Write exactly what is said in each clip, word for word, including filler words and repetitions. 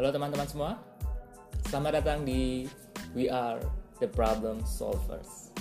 Halo teman-teman semua, selamat datang di We Are The Problem Solvers.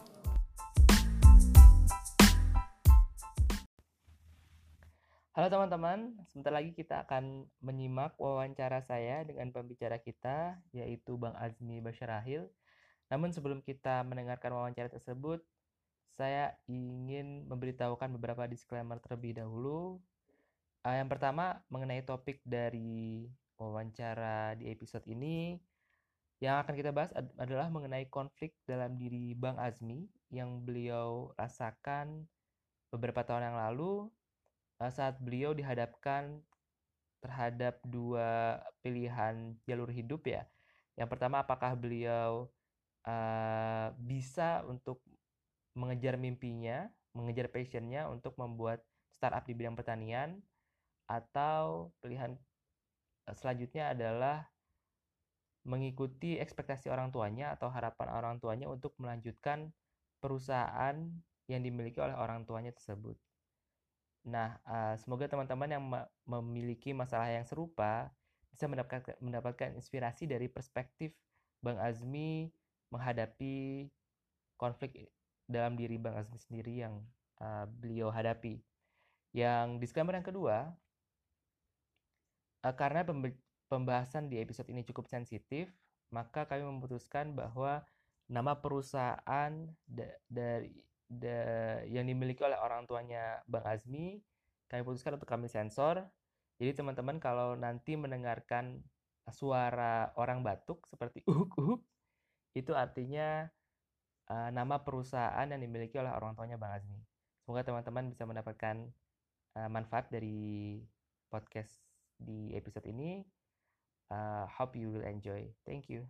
Halo teman-teman, sebentar lagi kita akan menyimak wawancara saya dengan pembicara kita, yaitu Bang Azmi Basyarahil. Namun sebelum kita mendengarkan wawancara tersebut, saya ingin memberitahukan beberapa disclaimer terlebih dahulu. Uh, yang pertama, mengenai topik dari wawancara di episode ini, yang akan kita bahas ad- adalah mengenai konflik dalam diri Bang Azmi yang beliau rasakan beberapa tahun yang lalu uh, saat beliau dihadapkan terhadap dua pilihan jalur hidup ya. Yang pertama, apakah beliau uh, bisa untuk mengejar mimpinya, mengejar passionnya untuk membuat startup di bidang pertanian, atau pilihan selanjutnya adalah mengikuti ekspektasi orang tuanya atau harapan orang tuanya untuk melanjutkan perusahaan yang dimiliki oleh orang tuanya tersebut. Nah, uh, semoga teman-teman yang ma- memiliki masalah yang serupa bisa mendapatkan, mendapatkan inspirasi dari perspektif Bang Azmi menghadapi konflik dalam diri Bang Azmi sendiri yang uh, beliau hadapi. Yang disclaimer yang kedua, uh, karena pembe- pembahasan di episode ini cukup sensitif, maka kami memutuskan bahwa nama perusahaan da- dari da- yang dimiliki oleh orang tuanya Bang Azmi, kami putuskan untuk kami sensor. Jadi teman-teman kalau nanti mendengarkan suara orang batuk seperti uhuk uhuk, itu artinya uh, nama perusahaan yang dimiliki oleh orang tuanya Bang Azmi. Semoga teman-teman bisa mendapatkan uh, manfaat dari podcast di episode ini. Uh, hope you will enjoy. Thank you.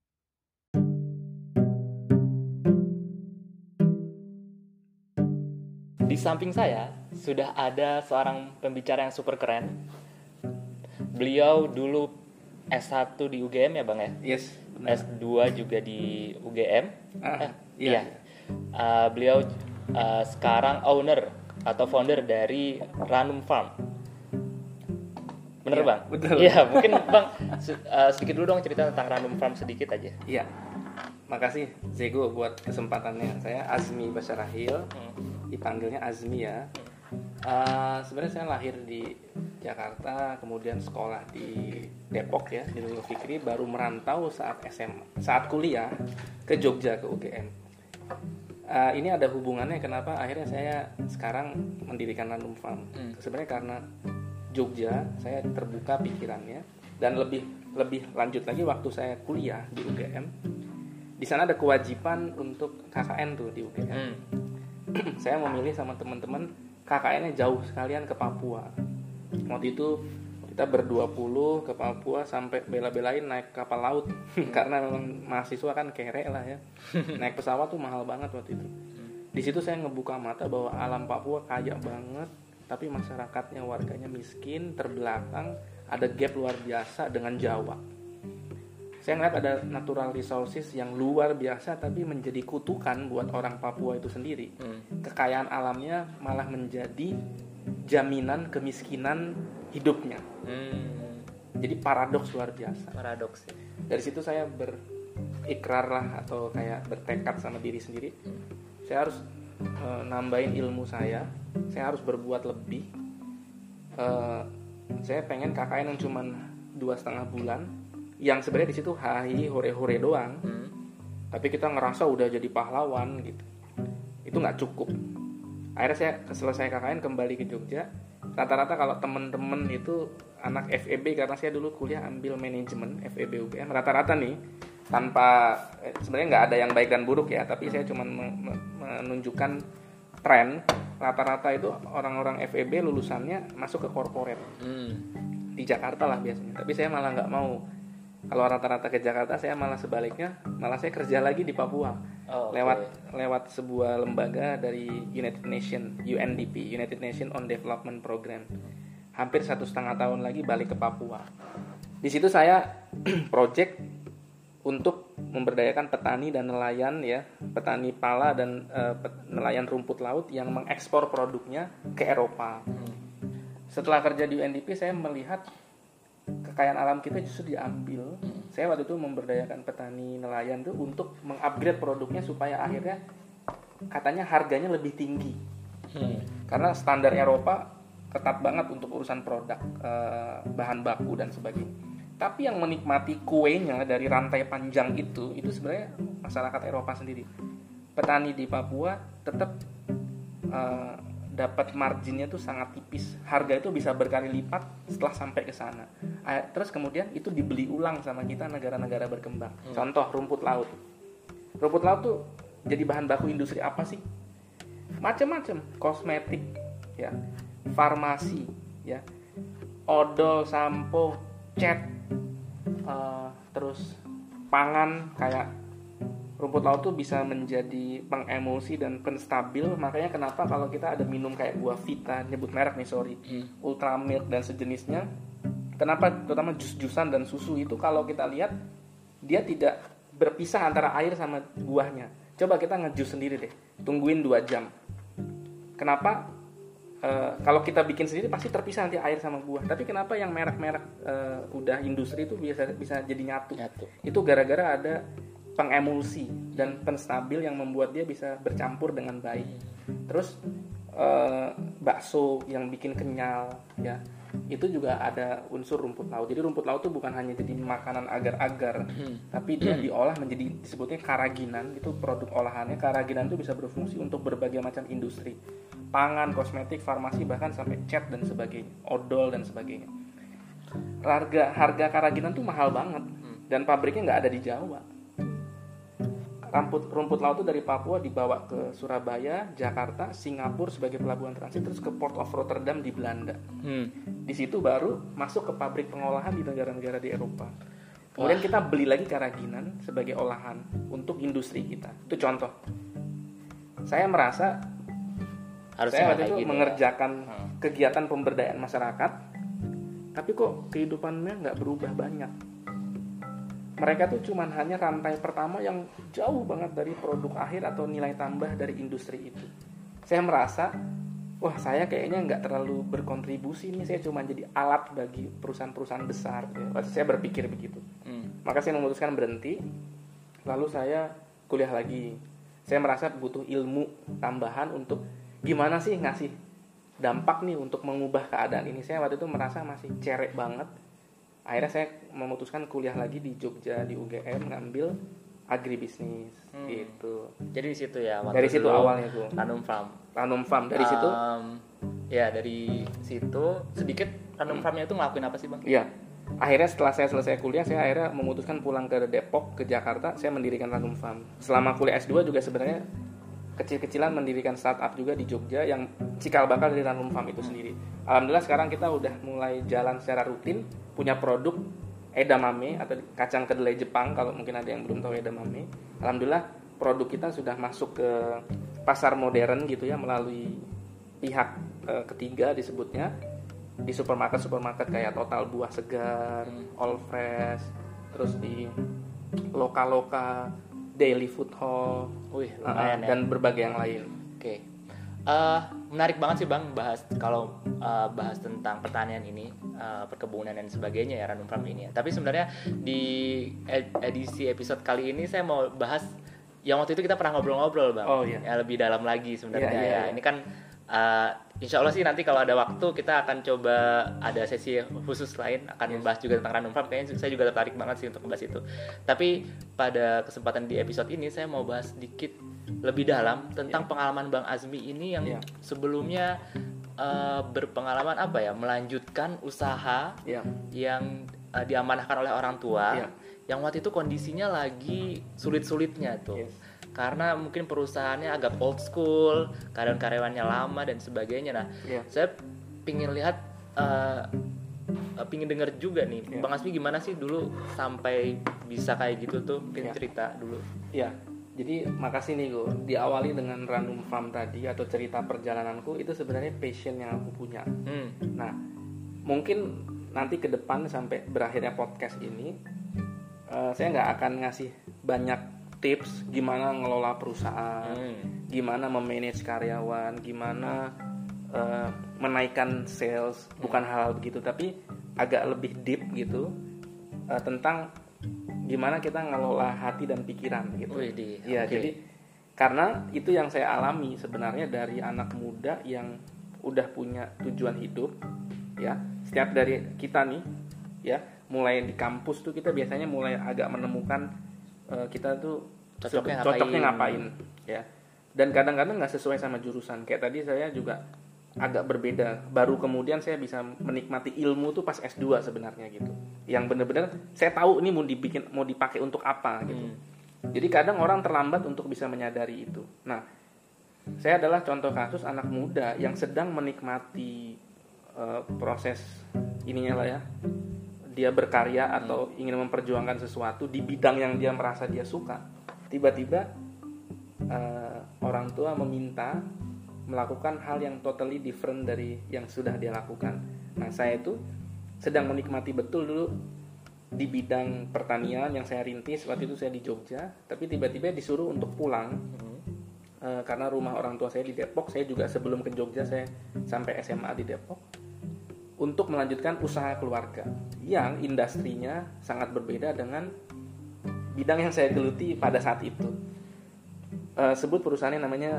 Di samping saya sudah ada seorang pembicara yang super keren. Beliau dulu S satu di U G M ya Bang ya? Yes, benar. S dua juga di U G M. Ah, eh, iya. iya. Uh, beliau uh, sekarang owner atau founder dari Ranum Farm. Bener ya, Bang? Betul. Iya, mungkin Bang uh, sedikit dulu dong cerita tentang Ranum Farm sedikit aja. Iya. Makasih Zego buat kesempatannya. Saya Azmi Basyarahil, hmm. dipanggilnya Azmi ya. Uh, sebenarnya saya lahir di Jakarta, kemudian sekolah di Depok ya, di Nurul Fikri, baru merantau saat S M A, saat kuliah ke Jogja ke U G M. Uh, ini ada hubungannya kenapa akhirnya saya sekarang mendirikan Ranum Farm. Hmm. Sebenarnya karena Jogja, saya terbuka pikirannya, dan lebih lebih lanjut lagi waktu saya kuliah di U G M, di sana ada kewajiban untuk K K N tuh di U G M. Hmm. Saya memilih sama teman-teman K K N-nya jauh sekalian ke Papua. Waktu itu kita berdua puluh ke Papua sampai bela-belain naik kapal laut karena memang mahasiswa kan kere lah ya. Naik pesawat tuh mahal banget waktu itu. Di situ saya ngebuka mata bahwa alam Papua kaya banget, tapi masyarakatnya, warganya miskin, terbelakang, ada gap luar biasa dengan Jawa. Saya ngeliat ada natural resources yang luar biasa, tapi menjadi kutukan buat orang Papua itu sendiri. Hmm. Kekayaan alamnya malah menjadi jaminan kemiskinan hidupnya. Hmm. Jadi paradoks luar biasa. Paradoks. Dari situ saya berikrar lah, atau kayak bertekad sama diri sendiri. Hmm. Saya harus uh, nambahin ilmu saya. Saya harus berbuat lebih. Uh, saya pengen K K N yang cuma dua setengah bulan, yang sebenarnya di situ hahi hore-hore doang, hmm. tapi kita ngerasa udah jadi pahlawan gitu. Itu nggak cukup. Akhirnya saya selesai K K N kembali ke Jogja. Rata-rata kalau temen-temen itu anak F E B, karena saya dulu kuliah ambil manajemen F E B U G M. Rata-rata nih tanpa eh, sebenarnya nggak ada yang baik dan buruk ya, tapi saya cuma menunjukkan tren. Rata-rata itu orang-orang F E B lulusannya masuk ke corporate hmm. di Jakarta lah biasanya. Tapi saya malah nggak mau. Kalau rata-rata ke Jakarta, saya malah sebaliknya, malah saya kerja lagi di Papua. Oh, okay. lewat lewat sebuah lembaga dari United Nations, U N D P, United Nations on Development Program. Hampir satu setengah tahun lagi balik ke Papua. Di situ saya project untuk memberdayakan petani dan nelayan ya, petani pala dan uh, nelayan rumput laut yang mengekspor produknya ke Eropa. Hmm. Setelah kerja di U N D P, saya melihat kekayaan alam kita justru diambil. Hmm. Saya waktu itu memberdayakan petani nelayan tuh untuk mengupgrade produknya supaya akhirnya katanya harganya lebih tinggi. Hmm. Karena standar Eropa ketat banget untuk urusan produk, eh, bahan baku dan sebagainya. Tapi yang menikmati kuenya dari rantai panjang itu, itu sebenarnya masyarakat Eropa sendiri. Petani di Papua tetap eh, dapat marginnya tuh sangat tipis. Harga itu bisa berkali lipat setelah sampai ke sana. Terus kemudian itu dibeli ulang sama kita negara-negara berkembang. Hmm. Contoh rumput laut. Rumput laut tuh jadi bahan baku industri apa sih? Macam-macam, kosmetik, ya, farmasi, ya, odol, sampo, cat, uh, terus pangan kayak rumput laut tuh bisa menjadi pengemulsi dan penstabil. Makanya kenapa kalau kita ada minum kayak buah Vita, nyebut merek nih sorry, hmm. Ultramilk dan sejenisnya, kenapa terutama jus-jusan dan susu itu kalau kita lihat dia tidak berpisah antara air sama buahnya. Coba kita ngejus sendiri deh, tungguin dua jam. Kenapa? Uh, kalau kita bikin sendiri pasti terpisah nanti air sama buah. Tapi kenapa yang merek-merek uh, udah industri itu bisa bisa jadi nyatu? nyatu? Itu gara-gara ada pengemulsi dan penstabil yang membuat dia bisa bercampur dengan baik. Terus uh, bakso yang bikin kenyal, ya itu juga ada unsur rumput laut. Jadi rumput laut itu bukan hanya jadi makanan agar-agar, hmm. tapi dia diolah menjadi disebutnya karaginan. Itu produk olahannya. Karaginan itu bisa berfungsi untuk berbagai macam industri, pangan, kosmetik, farmasi, bahkan sampai cat dan sebagainya, odol dan sebagainya. Harga harga karaginan tuh mahal banget dan pabriknya nggak ada di Jawa. Rumput, rumput laut itu dari Papua dibawa ke Surabaya, Jakarta, Singapura sebagai pelabuhan transit, terus ke Port of Rotterdam di Belanda. Hmm. Di situ baru masuk ke pabrik pengolahan di negara-negara di Eropa. Kemudian Wah. kita beli lagi karaginan sebagai olahan untuk industri kita. Itu contoh. Saya merasa Harus saya waktu itu gitu mengerjakan ya. hmm. kegiatan pemberdayaan masyarakat, tapi kok kehidupannya nggak berubah banyak. Mereka tuh cuman hanya rantai pertama yang jauh banget dari produk akhir atau nilai tambah dari industri itu. Saya merasa, wah saya kayaknya nggak terlalu berkontribusi nih, saya cuma jadi alat bagi perusahaan-perusahaan besar. Waktu saya berpikir begitu. Hmm. Maka saya memutuskan berhenti, lalu saya kuliah lagi. Saya merasa butuh ilmu tambahan untuk gimana sih ngasih dampak nih untuk mengubah keadaan ini. Saya waktu itu merasa masih cerek banget. Akhirnya saya memutuskan kuliah lagi di Jogja di U G M ngambil agribisnis hmm. gitu. Jadi di situ ya. Dari situ awalnya tuh. Ranum Farm. Ranum Farm dari um, situ. Ya dari situ sedikit Ranum hmm. Farmnya itu ngelakuin apa sih bang? Iya. Akhirnya setelah saya selesai kuliah saya akhirnya memutuskan pulang ke Depok ke Jakarta. Saya mendirikan Ranum Farm. Selama kuliah S dua juga sebenarnya kecil-kecilan mendirikan startup juga di Jogja yang cikal bakal dari Ranum Farm itu sendiri. Alhamdulillah sekarang kita udah mulai jalan secara rutin, punya produk edamame atau kacang kedelai Jepang kalau mungkin ada yang belum tahu edamame. Alhamdulillah produk kita sudah masuk ke pasar modern gitu ya melalui pihak e, ketiga disebutnya di supermarket-supermarket kayak Total Buah Segar, All Fresh, terus di Loka-Loka, Daily Food Hall, Wih, uh, dan ya. berbagai yang lain. Oke, okay. uh, menarik banget sih bang bahas kalau uh, bahas tentang pertanian ini, uh, perkebunan dan sebagainya ya Ranum Farm ini ya. Tapi sebenarnya di edisi episode kali ini saya mau bahas yang waktu itu kita pernah ngobrol-ngobrol bang, oh, iya. ya lebih dalam lagi sebenarnya yeah, yeah, ya. yeah. Ini kan uh, insya Allah sih nanti kalau ada waktu kita akan coba ada sesi khusus lain akan yes. membahas juga tentang Ranum Farm. Kayaknya saya juga tertarik banget sih untuk membahas itu. Tapi pada kesempatan di episode ini saya mau bahas sedikit lebih dalam tentang yeah. pengalaman Bang Azmi ini yang yeah. sebelumnya uh, berpengalaman apa ya melanjutkan usaha yeah. yang uh, diamanahkan oleh orang tua yeah. yang waktu itu kondisinya lagi sulit-sulitnya tuh. Yes. Karena mungkin perusahaannya agak old school, karyawan-karyawannya lama dan sebagainya. Nah, yeah. saya pingin lihat, uh, uh, pingin dengar juga nih, yeah. Bang Azmi gimana sih dulu sampai bisa kayak gitu tuh? Mungkin yeah. cerita dulu. Iya, yeah. Jadi makasih nih Go. Diawali dengan Ranum Farm tadi atau cerita perjalananku itu sebenarnya passion yang aku punya. Hmm. Nah, mungkin nanti ke depan sampai berakhirnya podcast ini, uh, saya nggak akan ngasih banyak tips gimana ngelola perusahaan, hmm. gimana memanage karyawan, gimana uh, menaikkan sales, bukan hal-hal begitu. Tapi agak lebih deep gitu uh, tentang gimana kita ngelola hati dan pikiran gitu. Widih, ya oke. Jadi karena itu yang saya alami sebenarnya dari anak muda yang udah punya tujuan hidup ya. Setiap dari kita nih ya, mulai di kampus tuh kita biasanya mulai agak menemukan uh, kita tuh Cocoknya cocoknya ngapain. ngapain ya. Dan kadang-kadang nggak sesuai sama jurusan. Kayak tadi saya juga agak berbeda. Baru kemudian saya bisa menikmati ilmu tuh pas S dua sebenarnya gitu. Yang benar-benar saya tahu ini mau dibikin, mau dipakai untuk apa gitu. Hmm. Jadi kadang orang terlambat untuk bisa menyadari itu. Nah, saya adalah contoh kasus anak muda yang sedang menikmati uh, proses ininya lah ya. Dia berkarya atau ingin memperjuangkan sesuatu di bidang yang dia merasa dia suka. Tiba-tiba uh, orang tua meminta melakukan hal yang totally different dari yang sudah dia lakukan. Nah, saya itu sedang menikmati betul dulu di bidang pertanian yang saya rintis. Waktu itu saya di Jogja, tapi tiba-tiba disuruh untuk pulang hmm. e, karena rumah orang tua saya di Depok. Saya juga sebelum ke Jogja saya sampai S M A di Depok untuk melanjutkan usaha keluarga yang industrinya sangat berbeda dengan bidang yang saya geluti pada saat itu. E, sebut perusahaannya namanya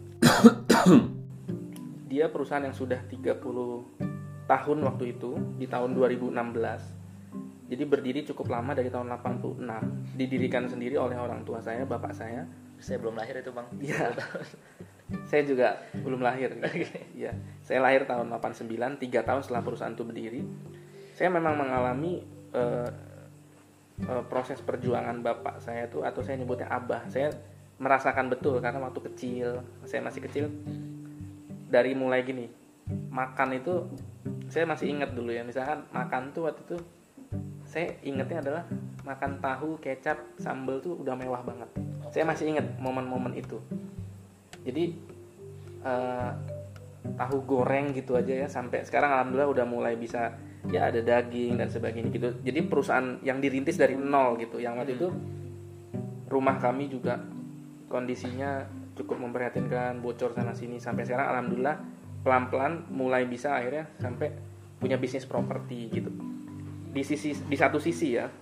dia perusahaan yang sudah tiga puluh tahun waktu itu, di tahun dua ribu enam belas. Jadi berdiri cukup lama dari tahun delapan puluh enam. Didirikan sendiri oleh orang tua saya, bapak saya. Saya belum lahir itu, Bang. Iya. Saya juga belum lahir. Iya. Saya lahir tahun delapan puluh sembilan, tiga tahun setelah perusahaan itu berdiri. Saya memang mengalami uh, uh, proses perjuangan bapak saya itu, atau saya nyebutnya abah. Saya merasakan betul karena waktu kecil, saya masih kecil, dari mulai gini, makan itu saya masih ingat dulu ya, misalkan makan tuh waktu itu saya ingatnya adalah makan tahu, kecap, sambal tuh udah mewah banget. Saya masih ingat momen-momen itu. Jadi uh, tahu goreng gitu aja ya, sampai sekarang alhamdulillah udah mulai bisa ya ada daging dan sebagainya gitu. Jadi perusahaan yang dirintis dari nol gitu. Yang waktu itu rumah kami juga kondisinya cukup memprihatinkan, bocor sana sini, sampai sekarang alhamdulillah pelan-pelan mulai bisa akhirnya sampai punya bisnis properti gitu. Di sisi di satu sisi ya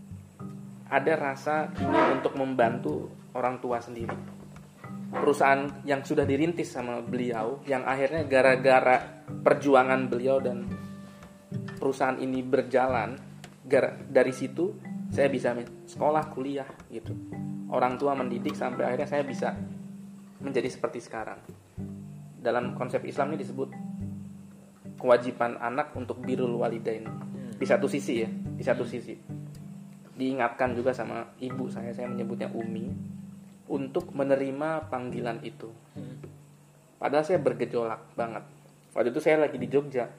ada rasa ingin untuk membantu orang tua sendiri. Perusahaan yang sudah dirintis sama beliau, yang akhirnya gara-gara perjuangan beliau dan perusahaan ini berjalan, dari situ saya bisa sekolah, kuliah gitu. Orang tua mendidik sampai akhirnya saya bisa menjadi seperti sekarang. Dalam konsep Islam ini disebut kewajiban anak untuk birrul walidain. Di satu sisi ya, di satu sisi diingatkan juga sama ibu saya, saya menyebutnya Umi, untuk menerima panggilan itu. Padahal saya bergejolak banget. Waktu itu saya lagi di Jogja.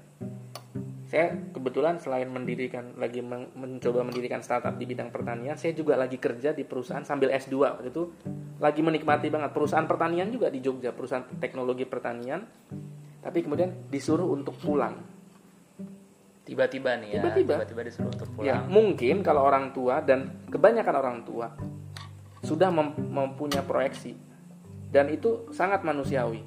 Saya kebetulan selain mendirikan, lagi men- mencoba mendirikan startup di bidang pertanian, saya juga lagi kerja di perusahaan sambil S dua. Waktu itu lagi menikmati banget. Perusahaan pertanian juga di Jogja, perusahaan teknologi pertanian. Tapi kemudian disuruh untuk pulang. Tiba-tiba nih ya, Tiba-tiba, tiba-tiba disuruh untuk pulang. Ya, mungkin kalau orang tua, dan kebanyakan orang tua sudah mem- mempunyai proyeksi. Dan itu sangat manusiawi.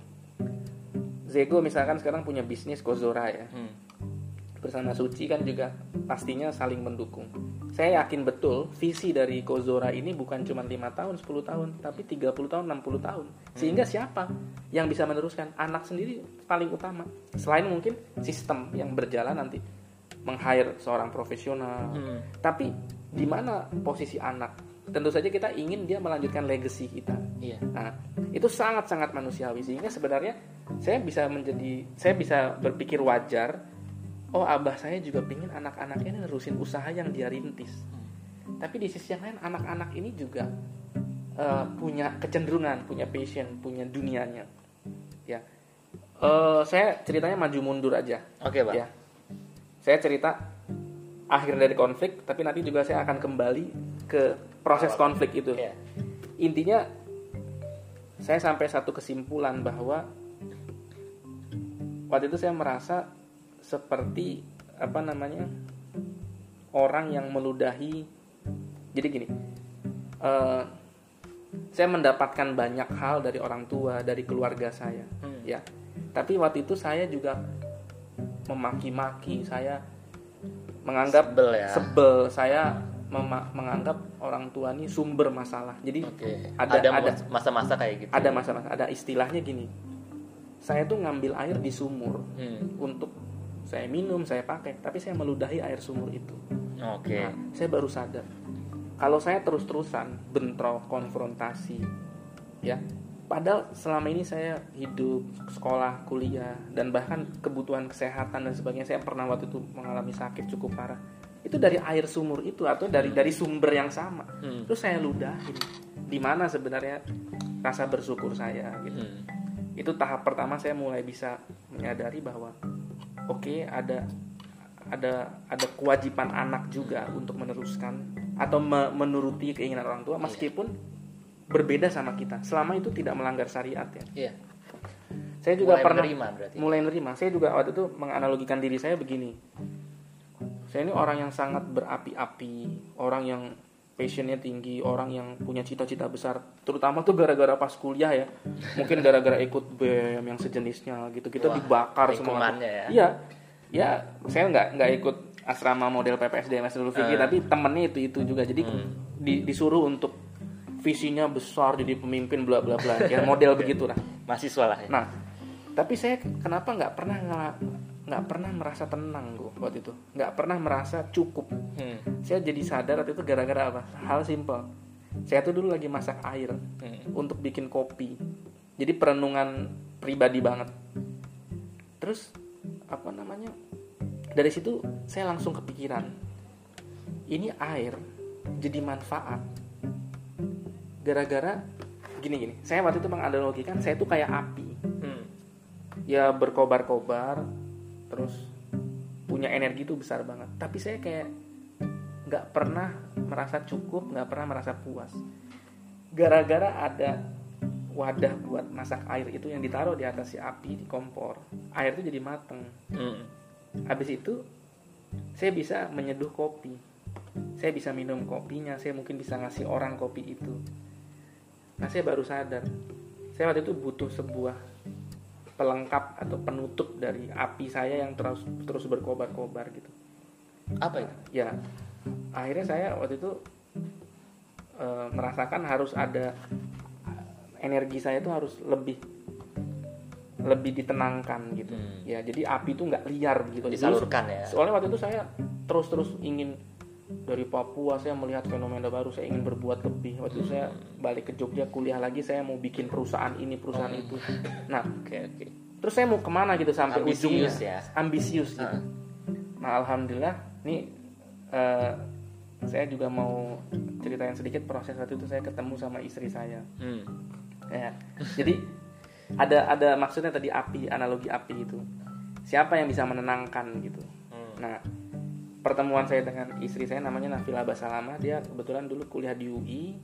Zego misalkan sekarang punya bisnis Kozora ya. Hmm. Bersama Suci kan juga pastinya saling mendukung. Saya yakin betul visi dari Kozora ini bukan cuma lima tahun, sepuluh tahun, tapi tiga puluh tahun, enam puluh tahun. Sehingga siapa yang bisa meneruskan? Anak sendiri paling utama. Selain mungkin sistem yang berjalan nanti meng-hire seorang profesional. Hmm. Tapi di mana posisi anak? Tentu saja kita ingin dia melanjutkan legacy kita. Iya. Nah, itu sangat-sangat manusiawi, sehingga sebenarnya saya bisa menjadi saya bisa berpikir wajar. Oh, abah saya juga pengen anak-anaknya nerusin usaha yang dia rintis. Hmm. Tapi di sisi yang lain, anak-anak ini juga uh, punya kecenderungan, punya passion, punya dunianya. Ya, uh, saya ceritanya maju mundur aja. Oke, Pak. Ya, saya cerita akhir dari konflik, tapi nanti juga saya akan kembali ke proses oh, konflik itu. Yeah. Intinya, saya sampai satu kesimpulan bahwa waktu itu saya merasa seperti apa namanya orang yang meludahi. Jadi gini, uh, saya mendapatkan banyak hal dari orang tua, dari keluarga saya, hmm. ya. Tapi waktu itu saya juga memaki-maki, saya menganggap sebel ya. sebel saya mema- menganggap orang tua ini sumber masalah. Jadi Oke. ada Ada ada masa-masa kayak gitu. ada masa-masa, ada istilahnya gini. Saya tuh ngambil air di sumur Hmm. untuk saya minum, saya pakai, tapi saya meludahi air sumur itu. Oke. Nah, saya baru sadar kalau saya terus-terusan bentrok, konfrontasi, ya. Padahal selama ini saya hidup, sekolah, kuliah, dan bahkan kebutuhan kesehatan dan sebagainya, saya pernah waktu itu mengalami sakit cukup parah. Itu dari air sumur itu atau dari dari sumber yang sama. Hmm. Terus saya ludahin. Di mana sebenarnya rasa bersyukur saya gitu. Hmm. Itu tahap pertama saya mulai bisa menyadari bahwa oke, okay, ada ada ada kewajiban anak juga untuk meneruskan atau me- menuruti keinginan orang tua meskipun berbeda sama kita. Selama itu tidak melanggar syariat ya. Iya. Saya juga Mulai pernah menerima berarti. mulai menerima. Saya juga waktu itu menganalogikan diri saya begini. Saya ini orang yang sangat berapi-api, orang yang passionnya tinggi, orang yang punya cita-cita besar. Terutama tuh gara-gara pas kuliah ya. Mungkin gara-gara ikut B E M yang sejenisnya gitu. Kita Wah, dibakar semua. lingkungannya ya. Iya. Ya, saya nggak nggak ikut asrama model P P S D M S Nurul Fikri, Eh. tapi temennya itu itu juga. Jadi Hmm. di, disuruh untuk visinya besar jadi pemimpin bla bla bla. Ya model begitulah. Mahasiswa lah ya. Nah, tapi saya kenapa nggak pernah ngala- nggak pernah merasa tenang gue waktu itu, nggak pernah merasa cukup. Hmm. Saya jadi sadar waktu itu gara-gara apa? Hal simpel. Saya tuh dulu lagi masak air Hmm. untuk bikin kopi. Jadi perenungan pribadi banget. Terus apa namanya? Dari situ saya langsung kepikiran. Ini air jadi manfaat. Gara-gara gini-gini. Saya waktu itu menganalogikan saya tuh kayak api. Hmm. Ya berkobar-kobar, terus punya energi tuh besar banget. Tapi saya kayak nggak pernah merasa cukup, nggak pernah merasa puas. Gara-gara ada wadah buat masak air itu yang ditaruh di atas si api di kompor, air itu jadi mateng. Hmm. Habis itu saya bisa menyeduh kopi, saya bisa minum kopinya, saya mungkin bisa ngasih orang kopi itu. Nah saya baru sadar, saya waktu itu butuh sebuah pelengkap atau penutup dari api saya yang terus terus berkobar-kobar gitu. Apa itu? Ya, akhirnya saya waktu itu e, merasakan harus ada energi saya itu harus lebih lebih ditenangkan gitu. Hmm. Ya, jadi api itu nggak liar begitu. Disalurkan ya. Soalnya waktu itu saya terus-terus ingin dari Papua, saya melihat fenomena baru, saya ingin berbuat lebih. Waktu itu saya balik ke Jogja kuliah lagi, saya mau bikin perusahaan ini, perusahaan Oh. itu. Nah, Oke oke. terus saya mau kemana gitu sampai Ambisius ujungnya? ya. Ambisius gitu. Ah. Nah, alhamdulillah, nih eh, saya juga mau ceritain sedikit proses waktu itu saya ketemu sama istri saya. Hmm. Ya, jadi ada ada maksudnya tadi api, analogi api itu. Siapa yang bisa menenangkan gitu? Hmm. Nah, pertemuan saya dengan istri saya namanya Nafila Basalama, dia kebetulan dulu kuliah di U I.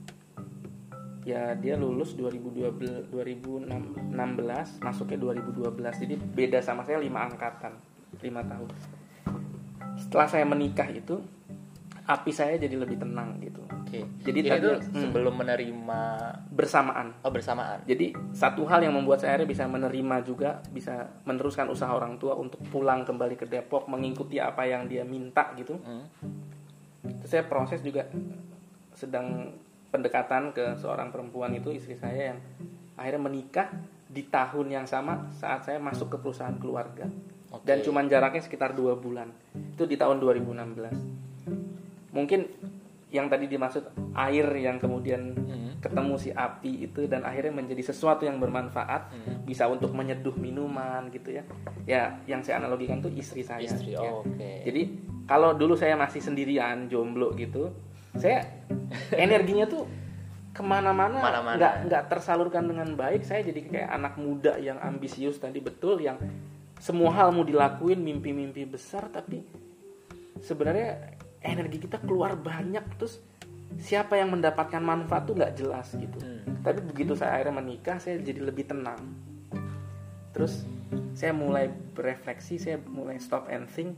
Ya, dia lulus dua ribu dua belas, dua ribu enam belas, masuknya dua ribu dua belas. Jadi beda sama saya lima angkatan, lima tahun. Setelah saya menikah itu, api saya jadi lebih tenang gitu. Oke. Jadi Ini tadi tuh hmm, sebelum menerima bersamaan. oh bersamaan. Jadi satu hal yang membuat saya akhirnya bisa menerima juga, bisa meneruskan usaha orang tua untuk pulang kembali ke Depok, mengikuti apa yang dia minta gitu. Hmm. Terus saya proses juga sedang pendekatan ke seorang perempuan itu, istri saya yang akhirnya menikah di tahun yang sama saat saya masuk ke perusahaan keluarga. Oke. Dan cuman jaraknya sekitar dua bulan. Itu di tahun dua ribu enam belas. Mungkin yang tadi dimaksud air yang kemudian Hmm. ketemu si api itu dan akhirnya menjadi sesuatu yang bermanfaat, Hmm. bisa untuk menyeduh minuman gitu ya. Ya, yang saya analogikan tuh istri saya. Istri. ya. Oh, oke. Jadi kalau dulu saya masih sendirian, jomblo gitu, saya energinya tuh kemana-mana Mana-mana. nggak nggak tersalurkan dengan baik. Saya jadi kayak anak muda yang ambisius tadi, betul, yang semua hal mau dilakuin, mimpi-mimpi besar, tapi sebenarnya energi kita keluar banyak, terus siapa yang mendapatkan manfaat tuh nggak jelas gitu. Hmm. Tapi begitu saya akhirnya menikah, saya jadi lebih tenang. Terus saya mulai berefleksi, saya mulai stop and think.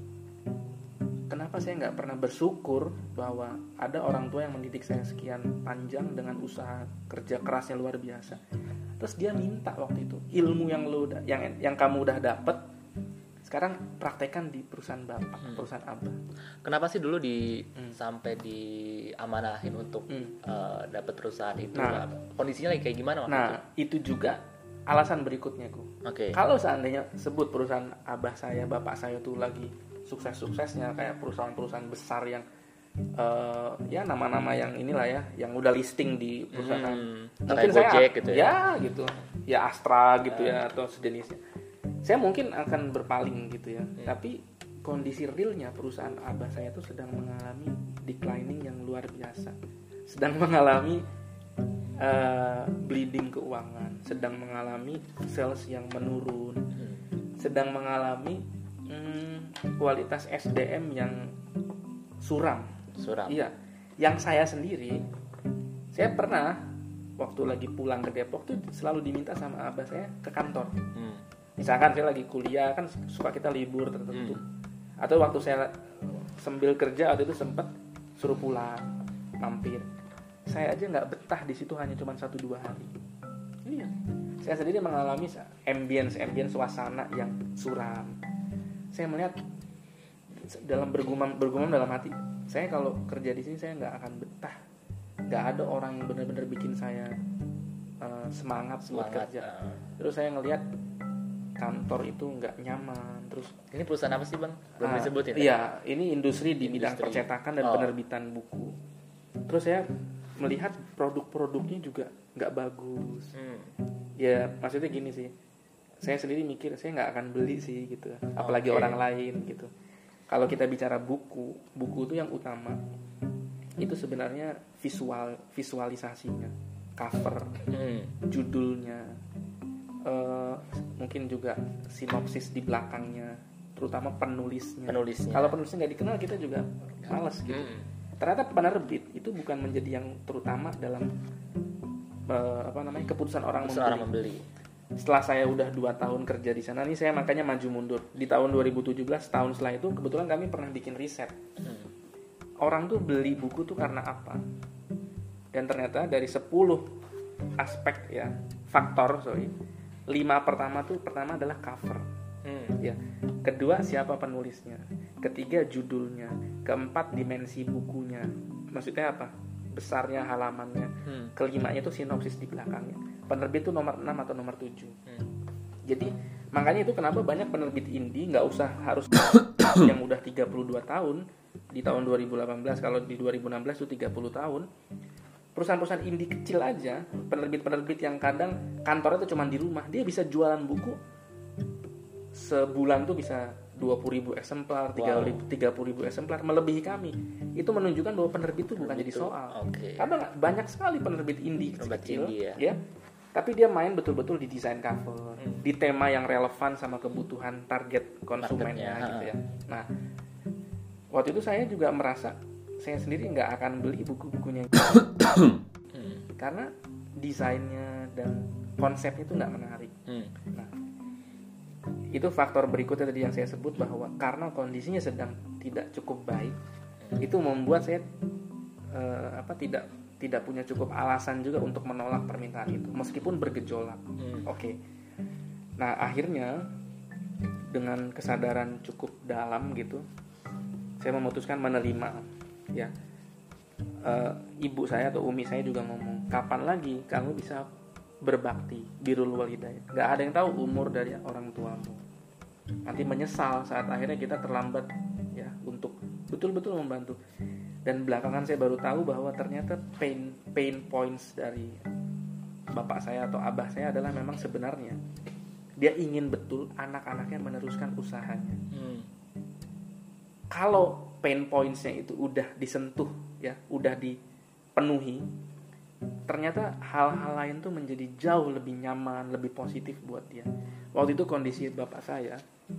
Kenapa saya nggak pernah bersyukur bahwa ada orang tua yang mendidik saya sekian panjang dengan usaha kerja kerasnya luar biasa. Terus dia minta waktu itu ilmu yang lo udah, yang yang kamu udah dapet, sekarang praktekkan di perusahaan bapak, hmm. perusahaan abah. Kenapa sih dulu di hmm. sampai diamanahin untuk hmm. uh, dapat perusahaan itu? Nah, kondisinya lagi kayak gimana waktu nah, itu? Nah, itu juga alasan berikutnya, Ku. Oke. Okay. Kalau seandainya sebut perusahaan abah saya, bapak saya tuh lagi sukses-suksesnya kayak perusahaan-perusahaan besar yang uh, ya nama-nama yang inilah ya, yang udah listing di perusahaan. Hmm. Mungkin saya Gojek, gitu ya. Ya, gitu. Ya Astra gitu ya, ya atau sejenisnya. Saya mungkin akan berpaling gitu ya, hmm. tapi kondisi realnya perusahaan abah saya itu sedang mengalami declining yang luar biasa, sedang mengalami uh, bleeding keuangan, sedang mengalami sales yang menurun, hmm. sedang mengalami hmm, kualitas S D M yang suram. Suram. Iya, yang saya sendiri, saya pernah waktu lagi pulang ke Depok tuh selalu diminta sama abah saya ke kantor. Hmm. Misalkan saya lagi kuliah kan suka kita libur tertentu, hmm. atau waktu saya sambil kerja waktu itu sempat suruh pulang mampir, saya aja nggak betah di situ hanya cuma satu dua hari. Iya, saya sendiri mengalami ambience ambience suasana yang suram. Saya melihat dalam bergumam bergumam dalam hati, saya kalau kerja di sini saya nggak akan betah, nggak ada orang yang benar-benar bikin saya uh, semangat, semangat buat kerja. Uh. Terus saya ngelihat kantor itu nggak nyaman. Terus ini perusahaan apa sih bang? Belum uh, disebutin. Iya, ini industri di industri. bidang percetakan dan oh. penerbitan buku. Terus saya melihat produk-produknya juga nggak bagus. Hmm. Ya maksudnya gini sih, saya sendiri mikir saya nggak akan beli sih gitu, apalagi okay. orang lain gitu. Kalau kita bicara buku, buku itu yang utama itu sebenarnya visual, visualisasinya, cover, hmm. judulnya. Uh, mungkin juga sinopsis di belakangnya, terutama penulisnya. Penulisnya. Kalau penulisnya nggak dikenal kita juga malas gitu. Hmm. Ternyata penerbit itu bukan menjadi yang terutama dalam uh, apa namanya keputusan orang membeli. orang membeli. Setelah saya udah dua tahun kerja di sana nih, saya makanya maju mundur. Di tahun dua ribu tujuh belas, tahun setelah itu kebetulan kami pernah bikin riset. Hmm. Orang tuh beli buku tuh karena apa? Dan ternyata dari sepuluh aspek ya, faktor sorry. lima pertama tuh pertama adalah cover, hmm. ya. Kedua siapa penulisnya, ketiga judulnya, keempat dimensi bukunya, maksudnya apa, besarnya halamannya, hmm. kelimanya itu sinopsis di belakangnya. Penerbit tuh nomor enam atau nomor tujuh. Hmm. Jadi makanya itu kenapa banyak penerbit indie nggak usah harus yang udah tiga puluh dua tahun di tahun dua ribu delapan belas, kalau di dua ribu enam belas itu tiga puluh tahun. Perusahaan-perusahaan indie kecil aja, penerbit-penerbit yang kadang kantornya tuh cuma di rumah, dia bisa jualan buku sebulan tuh bisa dua puluh ribu eksemplar, tiga puluh ribu eksemplar, melebihi kami. Itu menunjukkan bahwa penerbit itu bukan jadi soal. Okay. Karena banyak sekali penerbit indie penerbit kecil, indie, ya. ya. Tapi dia main betul-betul di desain cover, hmm. di tema yang relevan sama kebutuhan target konsumennya gitu ya. Nah, waktu itu saya juga merasa saya sendiri nggak akan beli buku-bukunya hmm. karena desainnya dan konsepnya itu nggak menarik. Hmm. Nah, itu faktor berikutnya tadi yang saya sebut bahwa karena kondisinya sedang tidak cukup baik, hmm. itu membuat saya uh, apa tidak tidak punya cukup alasan juga untuk menolak permintaan itu meskipun bergejolak. Hmm. Oke. Okay. Nah akhirnya dengan kesadaran cukup dalam gitu, saya memutuskan menerima. Ya, uh, ibu saya atau umi saya juga ngomong, kapan lagi kamu bisa berbakti birrul walidayah? Gak ada yang tahu umur dari orang tuamu. Nanti menyesal saat akhirnya kita terlambat ya untuk betul-betul membantu. Dan belakangan saya baru tahu bahwa ternyata pain pain points dari bapak saya atau abah saya adalah memang sebenarnya dia ingin betul anak-anaknya meneruskan usahanya. Hmm. Kalau pain points-nya itu udah disentuh ya, udah dipenuhi, ternyata hal-hal lain tuh menjadi jauh lebih nyaman, lebih positif buat dia. Waktu itu kondisi bapak saya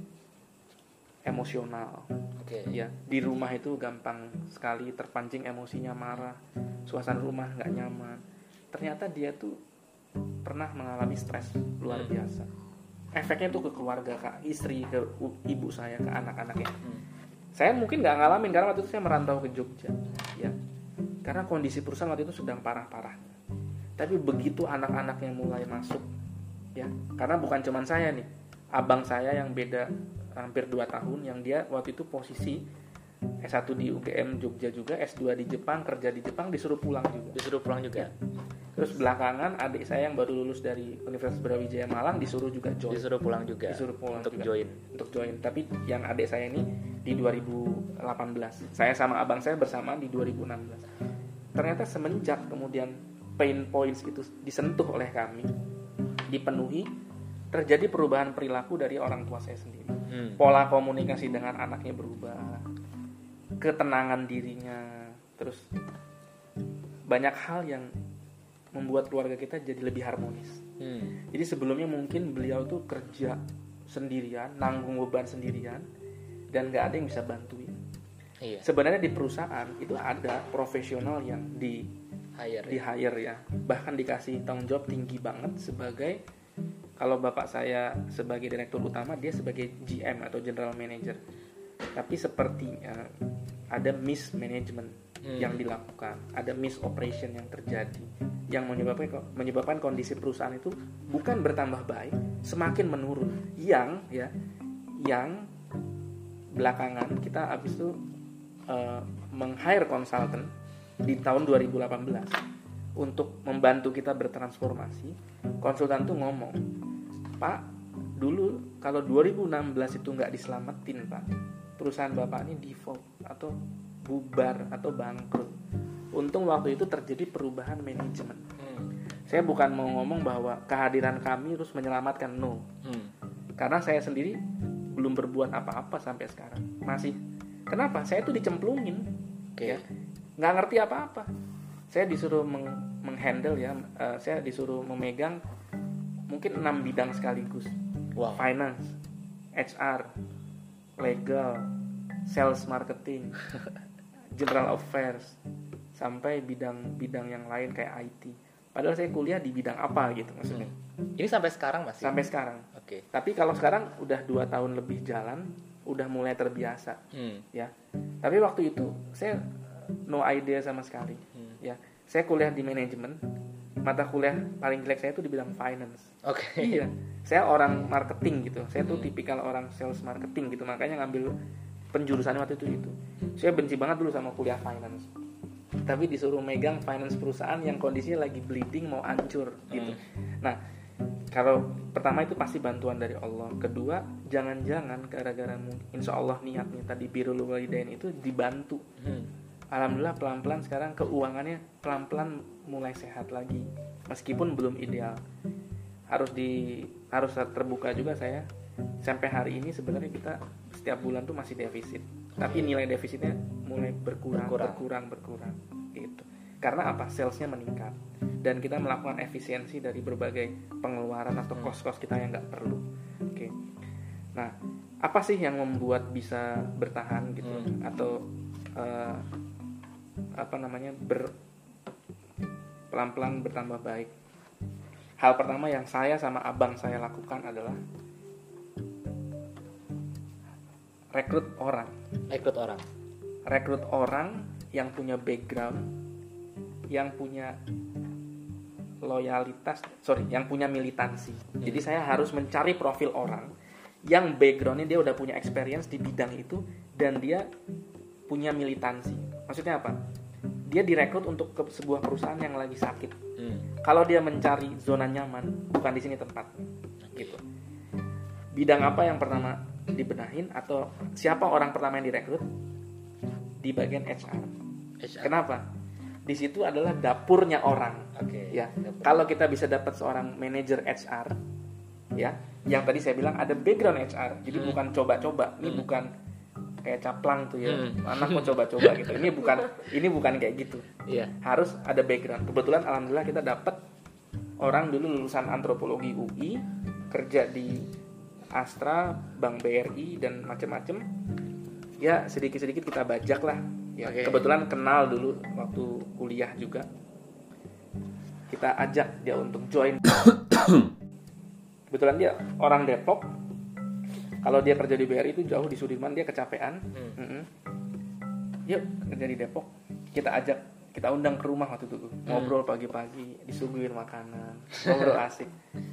emosional, okay. ya di rumah itu gampang sekali terpancing emosinya, marah, suasana rumah nggak nyaman. Ternyata dia tuh pernah mengalami stres luar biasa. Efeknya tuh ke keluarga, ke istri, ke ibu saya, ke anak-anaknya. Hmm. Saya mungkin nggak ngalamin karena waktu itu saya merantau ke Jogja, ya. Karena kondisi perusahaan waktu itu sedang parah-parahnya. Tapi begitu anak-anaknya mulai masuk, ya, karena bukan cuma saya nih, abang saya yang beda hampir dua tahun, yang dia waktu itu posisi S satu di U G M Jogja juga, S dua di Jepang, kerja di Jepang, disuruh pulang juga. Disuruh pulang juga. Terus belakangan adik saya yang baru lulus dari Universitas Brawijaya Malang disuruh juga join. Disuruh pulang juga. Disuruh pulang untuk juga. join. Untuk join. Tapi yang adik saya ini di dua ribu delapan belas. Saya sama abang saya bersama di dua ribu enam belas. Ternyata semenjak kemudian pain points itu disentuh oleh kami, dipenuhi, terjadi perubahan perilaku dari orang tua saya sendiri. Hmm. Pola komunikasi dengan anaknya berubah, ketenangan dirinya, terus banyak hal yang membuat keluarga kita jadi lebih harmonis. Hmm. Jadi sebelumnya mungkin beliau tuh kerja sendirian, nanggung beban sendirian, dan nggak ada yang bisa bantuin. Iya. Sebenarnya di perusahaan itu ada profesional yang di hire, di hire ya, bahkan dikasih tanggung jawab tinggi banget sebagai, kalau bapak saya sebagai direktur utama, dia sebagai G M atau general manager. Tapi sepertinya ada mismanagement hmm. yang dilakukan, ada misoperation yang terjadi, yang menyebabkan menyebabkan kondisi perusahaan itu bukan bertambah baik, semakin menurun. Yang ya, yang belakangan kita habis itu uh, meng-hire konsultan di tahun dua ribu delapan belas untuk membantu kita bertransformasi. Konsultan tuh ngomong, Pak, dulu kalau dua ribu enam belas itu nggak diselamatin Pak, perusahaan Bapak ini default atau bubar atau bangkrut. Untung waktu itu terjadi perubahan manajemen. Hmm. Saya bukan mau ngomong bahwa kehadiran kami terus menyelamatkan, no. Hmm. Karena saya sendiri belum berbuat apa-apa sampai sekarang. Masih. Kenapa? Saya tuh dicemplungin. Okay. Ya. Nggak ngerti apa-apa. Saya disuruh meng- menghandle ya, uh, saya disuruh memegang mungkin enam bidang sekaligus. Wow. Finance, H R, legal, sales marketing, general affairs, sampai bidang-bidang yang lain kayak I T. Padahal saya kuliah di bidang apa gitu maksudnya. Hmm. Ini sampai sekarang masih? Sampai sekarang. Oke. Okay. Tapi kalau sekarang udah dua tahun lebih jalan, udah mulai terbiasa. Hmm. Ya. Tapi waktu itu saya no idea sama sekali. Hmm. Ya. Saya kuliah di manajemen. Mata kuliah paling jelek saya itu di bidang finance. Oke. Okay. Iya. Saya orang marketing gitu. Saya tuh hmm. tipikal orang sales marketing gitu. Makanya ngambil penjurusannya waktu itu itu. Saya benci banget dulu sama kuliah finance. Tapi disuruh megang finance perusahaan yang kondisinya lagi bleeding, mau hancur gitu. Hmm. Nah, kalau pertama itu pasti bantuan dari Allah. Kedua, jangan-jangan gara-gara insya Allah niatnya tadi birrul walidain itu dibantu. Hmm. Alhamdulillah pelan-pelan sekarang keuangannya pelan-pelan mulai sehat lagi. Meskipun belum ideal. Harus di harus terbuka juga saya. Sampai hari ini sebenarnya kita setiap bulan tuh masih defisit. Tapi nilai defisitnya mulai berkurang, berkurang, berkurang, berkurang gitu. Karena apa? Salesnya meningkat dan kita melakukan efisiensi dari berbagai pengeluaran atau kos-kos kita yang nggak perlu. Oke. Nah, apa sih yang membuat bisa bertahan gitu hmm. atau uh, apa namanya ber pelan-pelan bertambah baik? Hal pertama yang saya sama abang saya lakukan adalah rekrut orang. Rekrut orang. Rekrut orang yang punya background, yang punya loyalitas, sorry, yang punya militansi. Hmm. Jadi saya harus mencari profil orang yang backgroundnya dia udah punya experience di bidang itu dan dia punya militansi. Maksudnya apa? Dia direkrut untuk ke sebuah perusahaan yang lagi sakit. Hmm. Kalau dia mencari zona nyaman, bukan di sini tempatnya. Gitu. Bidang apa yang pertama dibenahin atau siapa orang pertama yang direkrut? Di bagian H R. H R. Kenapa? Di situ adalah dapurnya orang. Oke. Okay, ya. Kalau kita bisa dapat seorang manajer H R, ya, yang tadi saya bilang ada background H R. Jadi hmm. bukan coba-coba. Ini hmm. bukan kayak caplang tuh ya. Hmm. Anak mau coba-coba gitu. Ini bukan ini bukan kayak gitu. Iya. Harus ada background. Kebetulan alhamdulillah kita dapat orang dulu lulusan antropologi U I, kerja di Astra, Bank B R I dan macam-macam. Ya sedikit-sedikit kita bajak lah. Ya, okay. Kebetulan kenal dulu waktu kuliah juga. Kita ajak dia untuk join. Kebetulan dia orang Depok. Kalau dia kerja di B R I itu jauh di Sudirman, dia kecapean. Hmm. Mm-hmm. Yuk kerja di Depok. Kita ajak, kita undang ke rumah waktu itu. Ngobrol pagi-pagi, disuguhin makanan, ngobrol asik.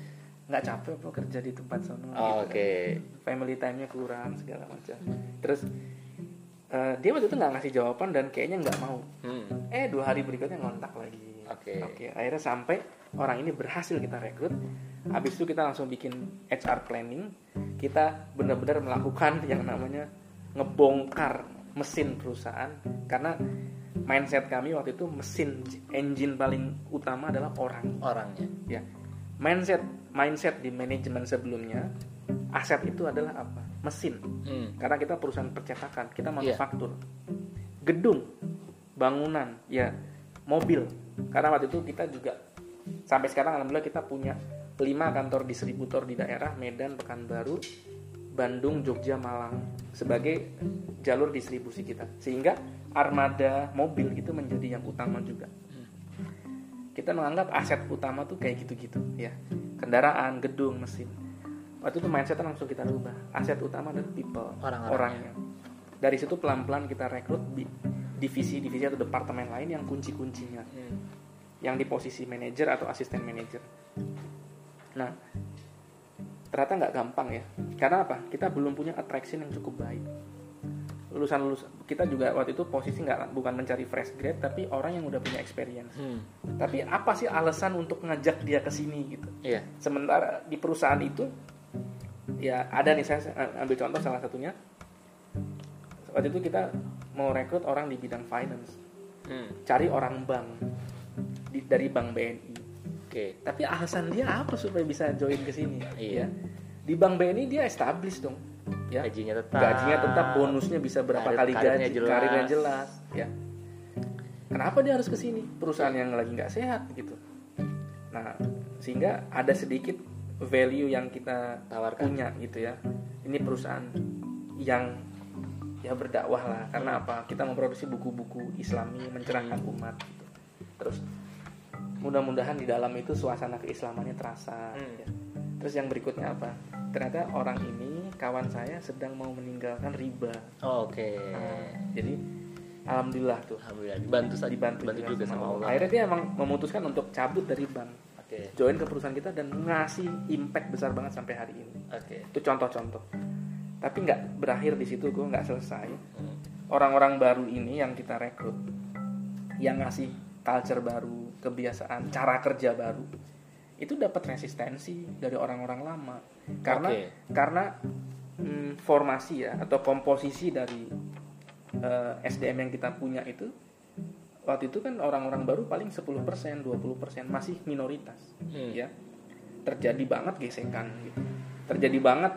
nggak capek apa kerja di tempat sono. Oh, gitu oke. Okay. Kan. Family time-nya kurang segala macam. Terus uh, dia waktu itu nggak ngasih jawaban dan kayaknya nggak mau. Hmm. Eh dua hari berikutnya ngontak lagi. Oke. Okay. Oke. Okay. Akhirnya sampai orang ini berhasil kita rekrut. Habis itu kita langsung bikin H R planning. Kita benar-benar melakukan yang namanya ngebongkar mesin perusahaan karena mindset kami waktu itu mesin engine paling utama adalah orang. Orangnya. Ya. Mindset mindset di manajemen sebelumnya aset itu adalah apa? Mesin. Hmm. Karena kita perusahaan percetakan, kita manufaktur. Yeah. Gedung, bangunan, ya mobil. Karena waktu itu kita juga sampai sekarang alhamdulillah kita punya lima kantor distributor di daerah Medan, Pekanbaru, Bandung, Jogja, Malang sebagai jalur distribusi kita. Sehingga armada mobil itu menjadi yang utama juga. Kita menganggap aset utama tuh kayak gitu-gitu ya. Kendaraan, gedung, mesin. Waktu itu mindsetnya langsung kita rubah. Aset utama adalah people, orang-orangnya. orangnya. Dari situ pelan-pelan kita rekrut divisi-divisi atau departemen lain yang kunci-kuncinya. Hmm. Yang di posisi manajer atau asisten manajer. Nah, ternyata nggak gampang ya. Karena apa? Kita belum punya attraction yang cukup baik. Lulusan-lulusan kita juga waktu itu posisi nggak bukan mencari fresh grade tapi orang yang udah punya experience. Hmm. Tapi apa sih alasan untuk ngajak dia ke sini gitu? Yeah. Sementara di perusahaan itu ya ada nih, saya ambil contoh salah satunya. Waktu itu kita mau rekrut orang di bidang finance. Hmm. Cari orang bank di, dari bank B N I. Oke. Okay. Tapi alasan dia apa supaya bisa join ke sini? Iya. Yeah. Di bank B N I dia establish dong. Ya, gajinya tetap, gajinya tetap, bonusnya bisa berapa karir, kali gaji, jelas. Karirnya jelas, ya. Kenapa dia harus ke sini? Perusahaan yang lagi nggak sehat gitu. Nah, sehingga ada sedikit value yang kita tawarkan punya gitu ya. Ini perusahaan yang ya berdakwah lah. Karena apa? Kita memproduksi buku-buku Islami mencerahkan umat. Gitu. Terus mudah-mudahan di dalam itu suasana keislamannya terasa. Hmm. Ya. Terus yang berikutnya apa? Ternyata orang ini kawan saya sedang mau meninggalkan riba. Oh, oke. Okay. Nah, jadi alhamdulillah tuh. Alhamdulillah dibantu saja. Dibantu, dibantu juga sama Allah. Akhirnya dia emang memutuskan untuk cabut dari bank. Oke. Okay. Join ke perusahaan kita dan ngasih impact besar banget sampai hari ini. Oke. Okay. Itu contoh-contoh. Tapi nggak berakhir di situ, gue nggak selesai. Hmm. Orang-orang baru ini yang kita rekrut, yang ngasih culture baru, kebiasaan, cara kerja baru, itu dapat resistensi dari orang-orang lama. Karena okay. karena hmm, formasi ya atau komposisi dari uh, S D M yang kita punya itu waktu itu kan orang-orang baru paling sepuluh persen, dua puluh persen masih minoritas. Hmm. Ya. Terjadi banget gesekan gitu. Terjadi banget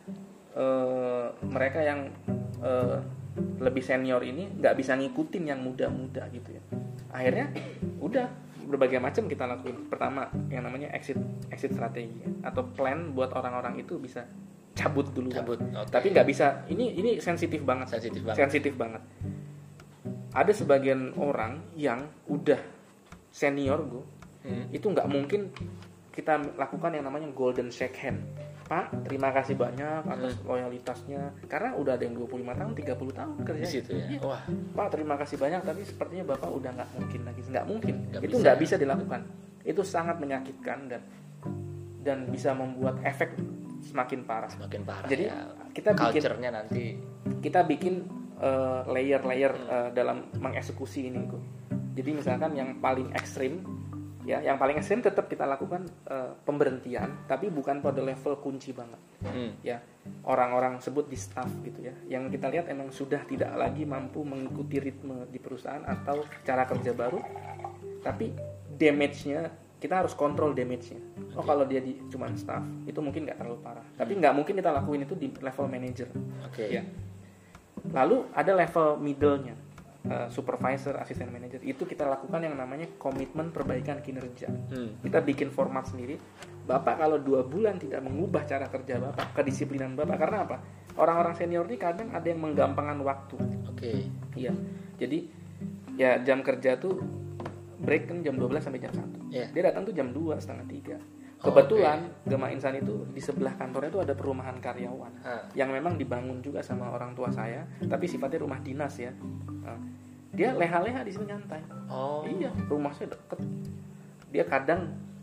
uh, mereka yang uh, lebih senior ini nggak bisa ngikutin yang muda-muda gitu ya. Akhirnya udah berbagai macam kita lakuin. Pertama yang namanya exit exit strategi atau plan buat orang-orang itu bisa cabut dulu. Cabut. Okay. Tapi nggak bisa. Ini ini sensitif banget. Sensitif banget. Sensitif banget. Ada sebagian orang yang udah senior gue, hmm. itu nggak mungkin kita lakukan yang namanya golden shake hand. Pak, terima kasih banyak atas hmm. loyalitasnya. Karena udah ada yang dua puluh lima tahun, tiga puluh tahun kerja. Di situ ya. Ya. Wah, Pak, terima kasih banyak tapi sepertinya Bapak udah nggak mungkin lagi. Nggak mungkin. Gak itu nggak bisa. bisa dilakukan. Itu sangat menyakitkan dan dan bisa membuat efek semakin parah. Semakin parah. Jadi ya. kita bikin culture-nya nanti kita bikin uh, layer-layer uh, dalam mengeksekusi ini, kok. Jadi misalkan yang paling ekstrim ya, yang paling ekstrim tetap kita lakukan uh, pemberhentian, tapi bukan pada level kunci banget. Hmm. Ya, orang-orang sebut di staff gitu ya. Yang kita lihat emang sudah tidak lagi mampu mengikuti ritme di perusahaan atau cara kerja baru. Tapi damage-nya kita harus kontrol damage-nya. Oh, kalau dia di cuma staff, itu mungkin nggak terlalu parah. Tapi nggak mungkin kita lakuin itu di level manager. Oke. Okay. Ya. Lalu ada level middle-nya. Uh, supervisor, asisten manager, itu kita lakukan yang namanya komitmen perbaikan kinerja. Hmm. Kita bikin format sendiri. Bapak kalau dua bulan tidak mengubah cara kerja Bapak, kedisiplinan Bapak, karena apa? Orang-orang senior ini kadang ada yang menggampangkan waktu. Oke. Okay. Iya. Jadi ya jam kerja tuh break kan jam dua belas sampai jam satu. Yeah. Dia datang tuh jam dua, setengah tiga. Kebetulan oh, okay. Gema Insan itu di sebelah kantornya itu ada perumahan karyawan ha. yang memang dibangun juga sama orang tua saya, tapi sifatnya rumah dinas ya. Nah, dia leha-leha di sini nyantai. Oh. Iya, rumah saya deket. Dia kadang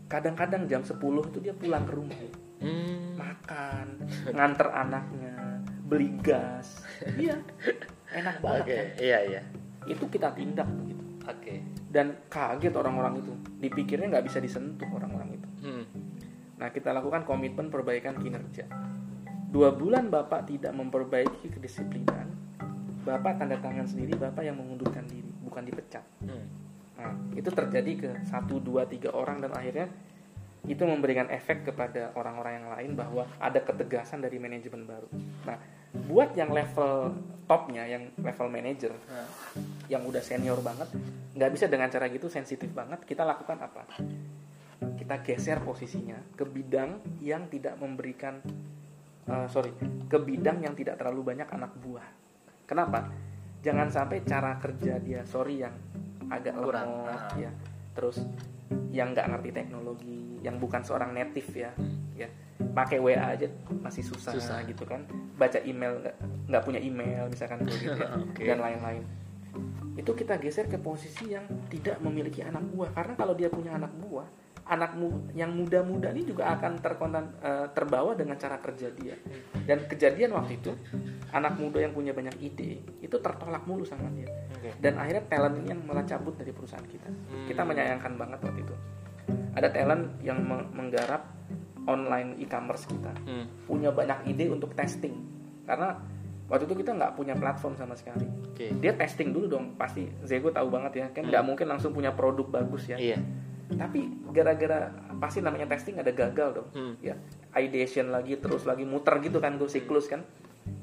kadang-kadang jam sepuluh itu dia pulang ke rumah. Hmm. Makan, nganter anaknya, beli gas. Iya. Enak banget okay. kan? Iya, iya. Itu kita tindak begitu. Oke. Okay. Dan kaget orang-orang itu. Dipikirnya nggak bisa disentuh orang-orang itu. Hmm. Nah, kita lakukan komitmen perbaikan kinerja. Dua bulan Bapak tidak memperbaiki kedisiplinan, Bapak tanda tangan sendiri, Bapak yang mengundurkan diri, bukan dipecat. Hmm. Nah, itu terjadi ke satu, dua, tiga orang dan akhirnya itu memberikan efek kepada orang-orang yang lain bahwa ada ketegasan dari manajemen baru. Nah, buat yang level topnya, yang level manager, hmm. yang udah senior banget, nggak bisa dengan cara gitu, sensitif banget. Kita lakukan apa? Kita geser posisinya ke bidang yang tidak memberikan, uh, sorry, ke bidang yang tidak terlalu banyak anak buah. Kenapa? Jangan sampai cara kerja dia, sorry, yang agak lemot, ya, terus yang nggak ngerti teknologi, yang bukan seorang native ya, ya, pakai W A aja masih susah, susah. Gitu kan, baca email nggak nggak punya email misalkan gitu ya, okay. Dan lain-lain. Itu kita geser ke posisi yang tidak memiliki anak buah, karena kalau dia punya anak buah, anak mu- yang muda-muda ini juga akan terkontan, uh, terbawa dengan cara kerja dia. Dan kejadian waktu itu, anak muda yang punya banyak ide itu tertolak mulu sama dia. Okay. Dan akhirnya talent ini yang malah cabut dari perusahaan kita. Hmm. Kita menyayangkan banget waktu itu. Ada talent yang me- menggarap online e-commerce kita, hmm. punya banyak ide untuk testing. Karena waktu itu kita nggak punya platform sama sekali. Okay. Dia testing dulu dong, pasti. Zego tahu banget ya, kan nggak hmm. mungkin langsung punya produk bagus ya. Iya. Tapi gara-gara pasti namanya testing ada gagal dong, hmm. ya, ideation lagi terus lagi muter gitu kan, tuh siklus kan,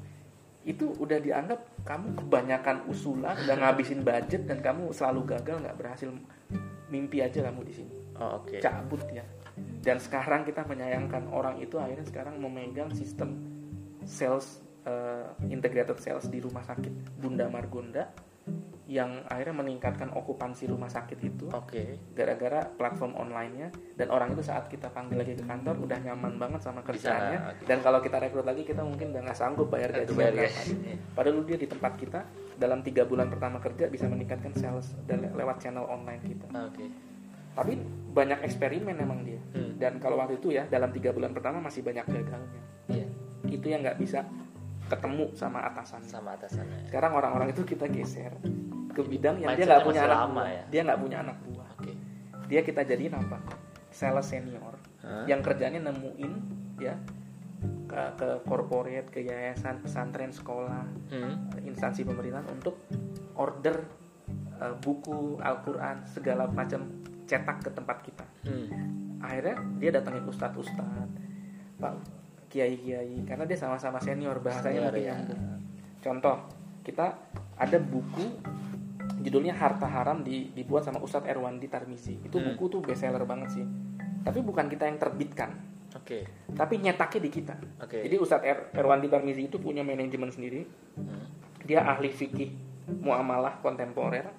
itu udah dianggap kamu kebanyakan usulan, udah ngabisin budget dan kamu selalu gagal, nggak berhasil, mimpi aja kamu di sini, oh, okay. cabut ya. Dan sekarang kita menyayangkan orang itu akhirnya sekarang memegang sistem sales, uh, integrated sales di rumah sakit Bunda Margonda, yang akhirnya meningkatkan okupansi rumah sakit itu, okay. gara-gara platform online-nya. Dan orang itu saat kita panggil lagi ke kantor udah nyaman banget sama kerjaannya, okay. Dan kalau kita rekrut lagi kita mungkin udah nggak sanggup bayar gaji berapa. Padahal dia di tempat kita dalam tiga bulan pertama kerja bisa meningkatkan sales dan lewat channel online kita. Okay. Tapi banyak eksperimen emang dia. Hmm. Dan kalau waktu itu ya dalam tiga bulan pertama masih banyak gagalnya. Yeah. Itu yang nggak bisa ketemu sama atasan. Sama atasannya. Sekarang orang-orang itu kita geser ke bidang yang dia nggak punya anak buah. Ya? Dia nggak punya anak buah. Okay. Dia kita jadiin apa? Sales senior, huh? Yang kerjanya nemuin ya ke, ke corporate, ke yayasan, pesantren, sekolah, hmm. instansi pemerintahan untuk order uh, buku Al-Quran segala macam cetak ke tempat kita. Hmm. Akhirnya dia datangin ustadz-ustadz, Pak kiai-kiai, karena dia sama-sama senior, bahasanya mungkin nyambung. Ya. Contoh, kita ada buku judulnya Harta Haram di, dibuat sama Ustadz Erwandi Tarmizi. Itu hmm. buku tuh bestseller banget sih. Tapi bukan kita yang terbitkan. Oke. Okay. Tapi nyetaknya di kita. Okay. Jadi Ustadz er, Erwandi Tarmizi itu punya manajemen sendiri. Hmm. Dia ahli fikih muamalah kontemporer.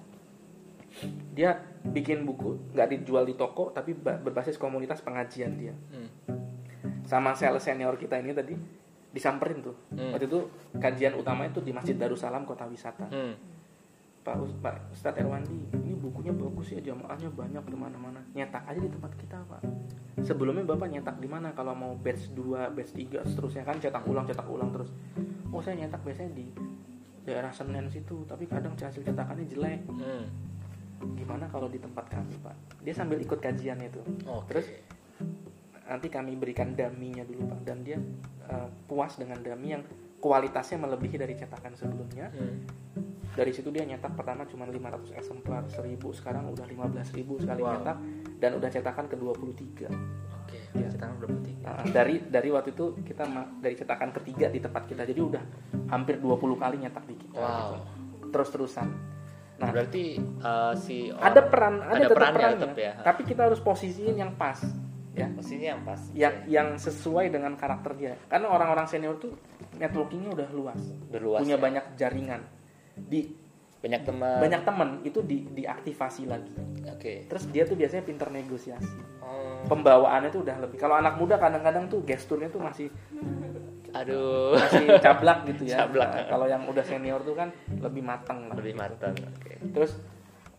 Dia bikin buku, nggak dijual di toko, tapi berbasis komunitas pengajian dia. Hmm. Sama sales senior kita ini tadi disamperin tuh. Hmm. Waktu itu kajian utamanya tuh di Masjid Darussalam Kota Wisata. Hmm. Pak, Pak Ustadz Erwandi, ini bukunya bagus ya, jamaahnya banyak kemana-mana. Nyetak aja di tempat kita, Pak. Sebelumnya Bapak nyetak di mana? Kalau mau batch dua, batch tiga, seterusnya kan cetak ulang, cetak ulang terus. Oh, saya nyetak biasanya di daerah Senen situ, tapi kadang hasil cetakannya jelek. Hmm. Gimana kalau di tempat kami, Pak? Dia sambil ikut kajiannya tuh. Okay. Terus nanti kami berikan daminya dulu, Pak, dan dia uh, puas dengan dami yang kualitasnya melebihi dari cetakan sebelumnya. Hmm. Dari situ dia nyetak pertama cuma lima ratus eksemplar, seribu, sekarang udah lima belas ribu sekali wow. nyetak, dan udah cetakan ke dua puluh tiga. Oke, okay, ya. Cetakan dua puluh tiga. Uh, dari dari waktu itu kita dari cetakan ketiga di tempat kita, jadi udah hampir dua puluh kali nyetak di kita. Wow. Gitu. Terus-terusan. Nah, berarti uh, si ada peran, ada, ada tetap perannya, perannya tetap ya. Tapi kita harus posisiin yang pas. Ya, posisinya yang pas. Yang okay. yang sesuai dengan karakter dia. Karena orang-orang senior tuh networkingnya udah luas, udah luas punya ya. Banyak jaringan, di banyak teman, banyak teman itu di diaktifasi lagi. Oke. Okay. Terus dia tuh biasanya pintar negosiasi. Oh. Pembawaannya tuh udah lebih. Kalau anak muda kadang-kadang tuh gesturnya tuh masih, aduh, masih cablak gitu ya. Cablak. Nah, kalau yang udah senior tuh kan lebih matang lah. Lebih matang. Oke. Okay. Terus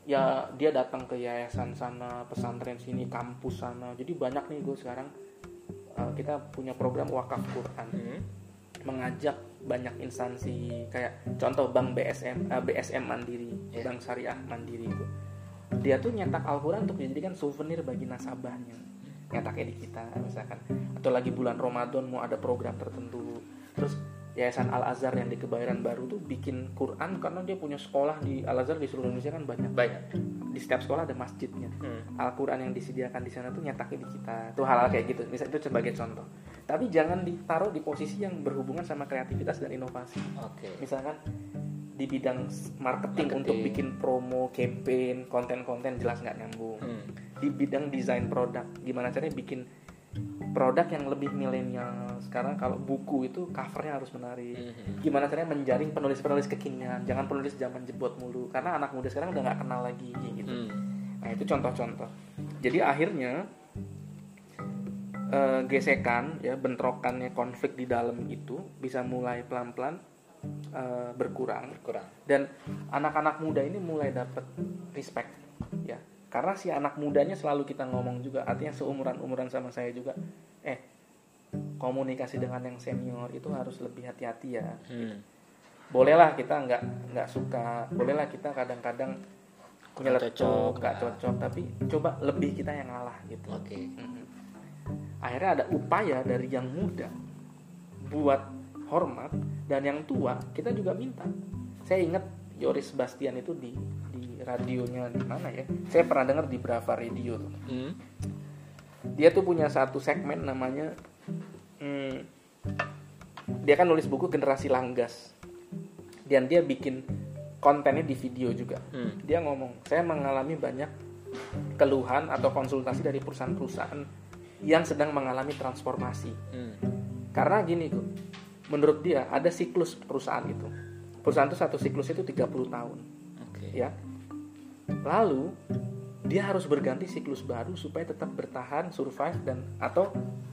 ya dia datang ke yayasan sana, pesantren sini, kampus sana. Jadi banyak nih gue sekarang uh, kita punya program wakaf Quran, hmm. mengajak banyak instansi kayak contoh Bank B S M, uh, B S M Mandiri, yeah. Bank Syariah Mandiri itu, dia tuh nyetak Al-Quran untuk dijadikan souvenir bagi nasabahnya, nyetaknya di kita misalkan. Atau lagi bulan Ramadan mau ada program tertentu, terus Yayasan Al-Azhar yang di Kebayoran Baru tuh bikin Quran karena dia punya sekolah di Al-Azhar di seluruh Indonesia kan banyak. Banyak. Di setiap sekolah ada masjidnya. Hmm. Al-Quran yang disediakan di sana tuh nyetaknya di kita. Tuh hal-hal kayak gitu. Misalnya itu sebagai contoh. Tapi jangan ditaruh di posisi yang berhubungan sama kreativitas dan inovasi. Oke. Okay. Misalkan di bidang marketing, marketing untuk bikin promo, campaign, konten-konten jelas nggak nyambung. Hmm. Di bidang desain produk, gimana caranya bikin produk yang lebih milenial. Sekarang kalau buku itu covernya harus menarik. Mm-hmm. Gimana caranya menjaring penulis-penulis kekinian, jangan penulis zaman jebot mulu, karena anak muda sekarang udah nggak kenal lagi gitu. Mm. Nah itu contoh-contoh. Jadi akhirnya uh, gesekan, ya bentrokannya, konflik di dalam itu bisa mulai pelan-pelan uh, berkurang. berkurang. Dan anak-anak muda ini mulai dapat respect, ya. Karena si anak mudanya selalu kita ngomong juga, artinya seumuran-umuran sama saya juga, eh komunikasi dengan yang senior itu harus lebih hati-hati ya. Hmm. Bolehlah kita nggak nggak suka, bolehlah kita kadang-kadang nyeletuk, nggak cocok, tapi coba lebih kita yang ngalah gitu. Oke. Okay. Hmm. Akhirnya ada upaya dari yang muda buat hormat, dan yang tua kita juga minta. Saya ingat Yoris Bastian itu di di radionya di mana ya? Saya pernah dengar di Brava Radio tuh. Hmm. Dia tuh punya satu segmen namanya, hmm, dia kan nulis buku Generasi Langgas, dan dia bikin kontennya di video juga. Hmm. Dia ngomong, saya mengalami banyak keluhan atau konsultasi dari perusahaan-perusahaan yang sedang mengalami transformasi. Hmm. Karena gini tuh, menurut dia ada siklus perusahaan itu. Perusahaan itu satu siklus itu tiga puluh tahun. Okay. Ya. Lalu dia harus berganti siklus baru supaya tetap bertahan, survive dan atau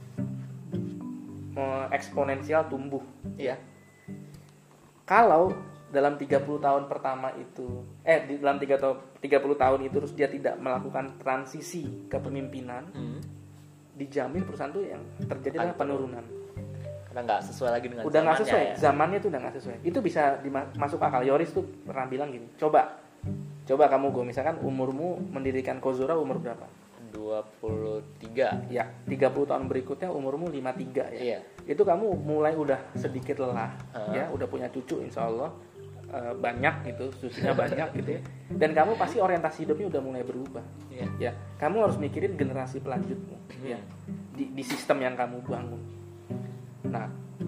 uh, eksponensial tumbuh, ya. Kalau dalam tiga puluh tahun pertama itu eh di dalam tiga puluh tahun itu terus dia tidak melakukan transisi ke pemimpinan, hmm. dijamin perusahaan itu yang terjadi adalah penurunan. Karena nggak sesuai lagi dengan udah nggak sesuai ya? Zamannya tuh udah nggak sesuai. Itu bisa dimasuk akal. Yoris tuh pernah bilang gini, coba coba kamu gue misalkan umurmu mendirikan Kozora umur berapa? dua puluh tiga. Ya, tiga puluh tahun berikutnya umurmu lima puluh tiga ya. Iya. Itu kamu mulai udah sedikit lelah, uh-huh. ya, udah punya cucu insya Allah uh, banyak gitu, susunya banyak gitu ya. Dan kamu pasti orientasi hidupnya udah mulai berubah. Iya. Ya, kamu harus mikirin generasi pelanjutmu, hmm. ya, di, di sistem yang kamu bangun. Nah,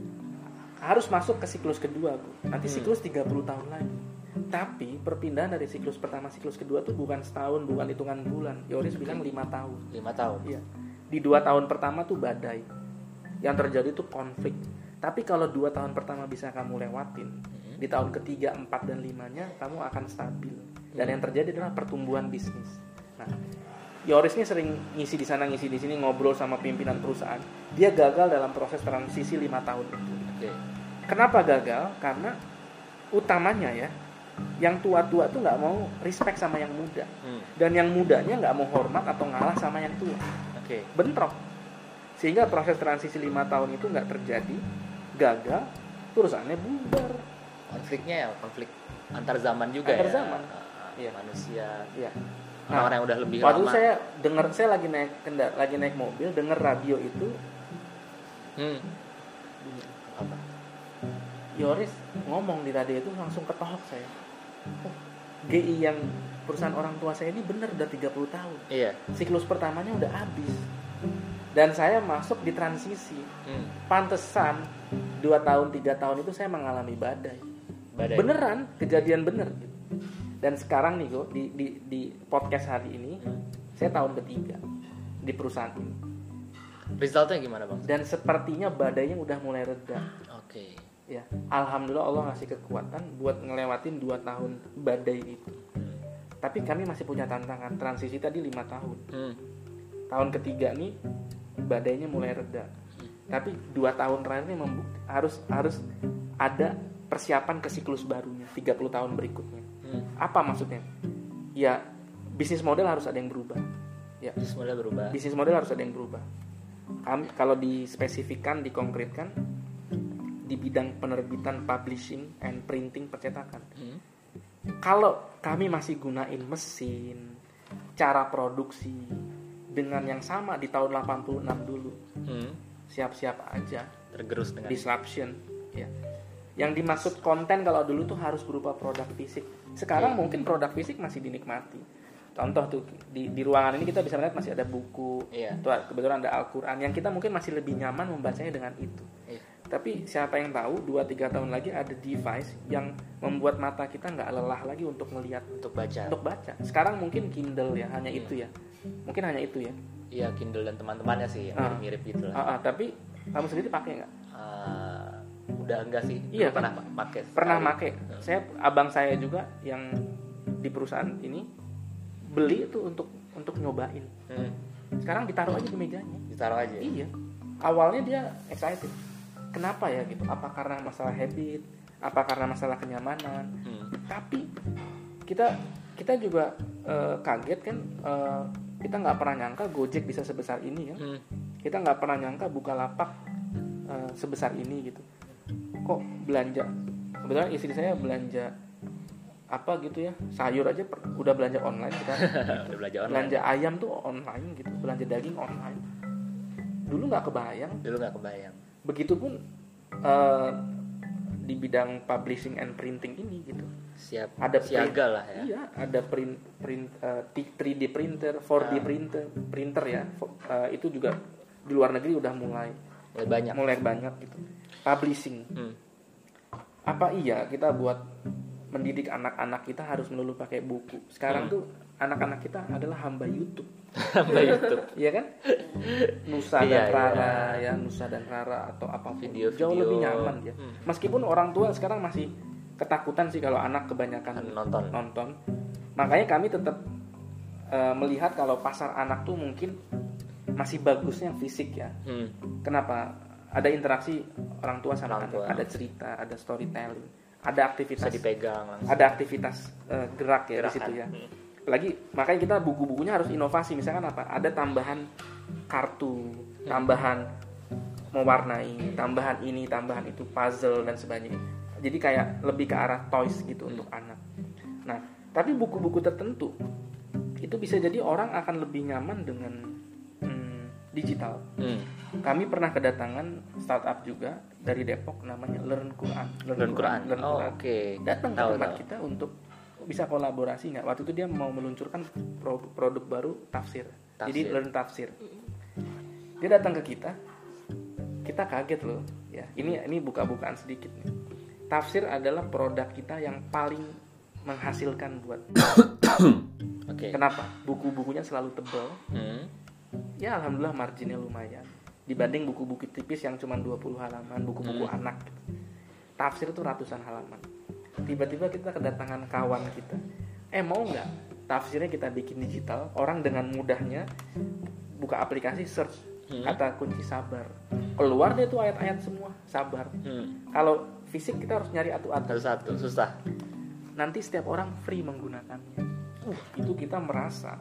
harus masuk ke siklus kedua, Bu. Nanti hmm. siklus tiga puluh tahun lagi. Tapi perpindahan dari siklus pertama siklus kedua tuh bukan setahun, bukan hitungan bulan. Yoris okay. bilang lima tahun. lima tahun. Iya. Di dua tahun pertama tuh badai. Yang terjadi tuh konflik. Tapi kalau dua tahun pertama bisa kamu lewatin, hmm. di tahun ketiga, empat dan limanya kamu akan stabil. Dan hmm. yang terjadi adalah pertumbuhan bisnis. Nah, Yoris ini sering ngisi di sana, ngisi di sini, ngobrol sama pimpinan perusahaan. Dia gagal dalam proses transisi lima tahun itu. Okay. Kenapa gagal? Karena utamanya ya, yang tua-tua tuh nggak mau respect sama yang muda, hmm. dan yang mudanya nggak mau hormat atau ngalah sama yang tua. Okay. Bentrok. Sehingga proses transisi lima tahun itu nggak terjadi, gagal, perusahaannya bubar. Konfliknya ya konflik antar zaman juga antar ya. Zaman. Iya. Manusia. Iya. Nah, orang yang udah lebih waktu lama. saya dengar, saya lagi naik kendara, lagi naik mobil, dengar radio itu, hmm. apa? Yoris ngomong di radio itu langsung ketohok saya. Oh, G I yang perusahaan orang tua saya ini benar udah tiga puluh tahun. Iya. Siklus pertamanya udah habis. Dan saya masuk di transisi. Hmm. Pantesan dua tahun, tiga tahun itu saya mengalami badai. Badai. Beneran, kejadian bener. Dan sekarang nih kok di, di, di podcast hari ini, hmm. saya tahun ketiga di perusahaan ini. Resultnya gimana Bang? Dan sepertinya badainya udah mulai reda. Oke. Okay. Ya, alhamdulillah Allah ngasih kekuatan buat ngelewatin dua tahun badai itu. Hmm. Tapi kami masih punya tantangan. Transisi tadi lima tahun. Hmm. Tahun ketiga nih badainya mulai reda. Hmm. Tapi dua tahun terakhir ini membukti, harus harus ada persiapan ke siklus barunya tiga puluh tahun berikutnya. Hmm. Apa maksudnya? Ya bisnis model harus ada yang berubah. Ya. Bisnis model berubah. Bisnis model harus ada yang berubah. Kami kalau dispesifikkan, dikonkretkan di bidang penerbitan, publishing, and printing, percetakan. Hmm. Kalau kami masih gunain mesin, cara produksi dengan yang sama di tahun delapan puluh enam dulu, hmm. siap-siap aja tergerus dengan disruption. Ya. Yang dimaksud konten kalau dulu tuh harus berupa produk fisik. Sekarang okay. mungkin produk fisik masih dinikmati. Contoh tuh di, di ruangan ini kita bisa lihat masih ada buku, yeah. tuh kebetulan ada Al-Quran yang kita mungkin masih lebih nyaman membacanya dengan itu. Yeah. Tapi siapa yang tahu dua tiga tahun lagi ada device yang membuat mata kita nggak lelah lagi untuk melihat, untuk baca. Untuk baca. Sekarang mungkin Kindle ya, hanya hmm. itu ya. Mungkin hanya itu ya. Iya, Kindle dan teman-temannya sih yang uh, mirip-mirip gitu lah. Uh, uh, tapi kamu sendiri pakai nggak? Uh, udah enggak sih. Iya, pernah pakai. Pernah pakai. Hmm. Saya abang saya juga yang di perusahaan ini beli itu untuk untuk nyobain. Hmm. Sekarang ditaruh aja di mejanya. Ditaruh aja. Iya. Awalnya dia excited. Kenapa ya gitu? Apa karena masalah habit? Apa karena masalah kenyamanan? Hmm. Tapi kita kita juga uh, kaget kan. Uh, kita nggak pernah nyangka Gojek bisa sebesar ini kan. Hmm. Kita nggak pernah nyangka Bukalapak uh, sebesar ini gitu. Kok belanja? Kebetulan istri saya belanja apa gitu ya, sayur aja per, udah belanja online sekarang. Udah belanja online. Belanja ayam tuh online gitu, belanja daging online. Dulu nggak kebayang. Dulu nggak kebayang. Begitupun uh, di bidang publishing and printing ini gitu. Siap. Ada siaga print, lah ya. Iya, ada print print uh, tiga D printer, empat D nah. printer, printer ya. Uh, itu juga di luar negeri udah mulai mulai banyak. Mulai banyak gitu. Publishing. Hmm. Apa iya kita buat mendidik anak-anak kita harus melulu pakai buku. Sekarang hmm. tuh anak-anak kita adalah hamba YouTube. Hamba YouTube. Iya kan? Nusa dan iya, Rara iya. ya, Nusa dan Rara atau apapun. Video, jauh video. Lebih nyaman ya. Hmm. Meskipun orang tua sekarang masih ketakutan sih kalau anak kebanyakan nonton. nonton. Makanya kami tetap uh, melihat kalau pasar anak tuh mungkin masih bagusnya fisik ya. Hmm. Kenapa? Ada interaksi orang tua sama orang anak, tua. Ada cerita, ada storytelling. Ada aktivitas bisa dipegang langsung. Ada aktivitas uh, gerak ya di situ ya. Hmm. Apalagi makanya kita buku-bukunya harus inovasi. Misalkan apa? Ada tambahan kartu, hmm. tambahan mewarnai, tambahan ini, tambahan itu, puzzle dan sebagainya. Jadi kayak lebih ke arah toys gitu hmm. untuk anak. Nah, tapi buku-buku tertentu itu bisa jadi orang akan lebih nyaman dengan hmm, digital. Hmm. Kami pernah kedatangan startup juga dari Depok namanya Learn Quran. Learn, Learn Quran. Learn oh, Quran. Oke. Okay. Datang ke tempat kita untuk bisa kolaborasi nggak? Waktu itu dia mau meluncurkan produk, produk baru tafsir. tafsir. Jadi Learn Tafsir. Dia datang ke kita, kita kaget loh. Ya, ini ini buka-bukaan sedikit nih. Tafsir adalah produk kita yang paling menghasilkan buat. Okay. Kenapa? Buku-bukunya selalu tebal. Hmm. Ya alhamdulillah marginnya lumayan. Dibanding buku-buku tipis yang cuma dua puluh halaman, buku-buku hmm. anak gitu. Tafsir itu ratusan halaman. Tiba-tiba kita kedatangan kawan kita. Eh mau nggak tafsirnya kita bikin digital? Orang dengan mudahnya buka aplikasi search hmm. kata kunci sabar. Keluar deh tuh ayat-ayat semua sabar. Hmm. Kalau fisik kita harus nyari atu-atu. Satu-satu susah. Nanti setiap orang free menggunakannya. Uh, itu kita merasa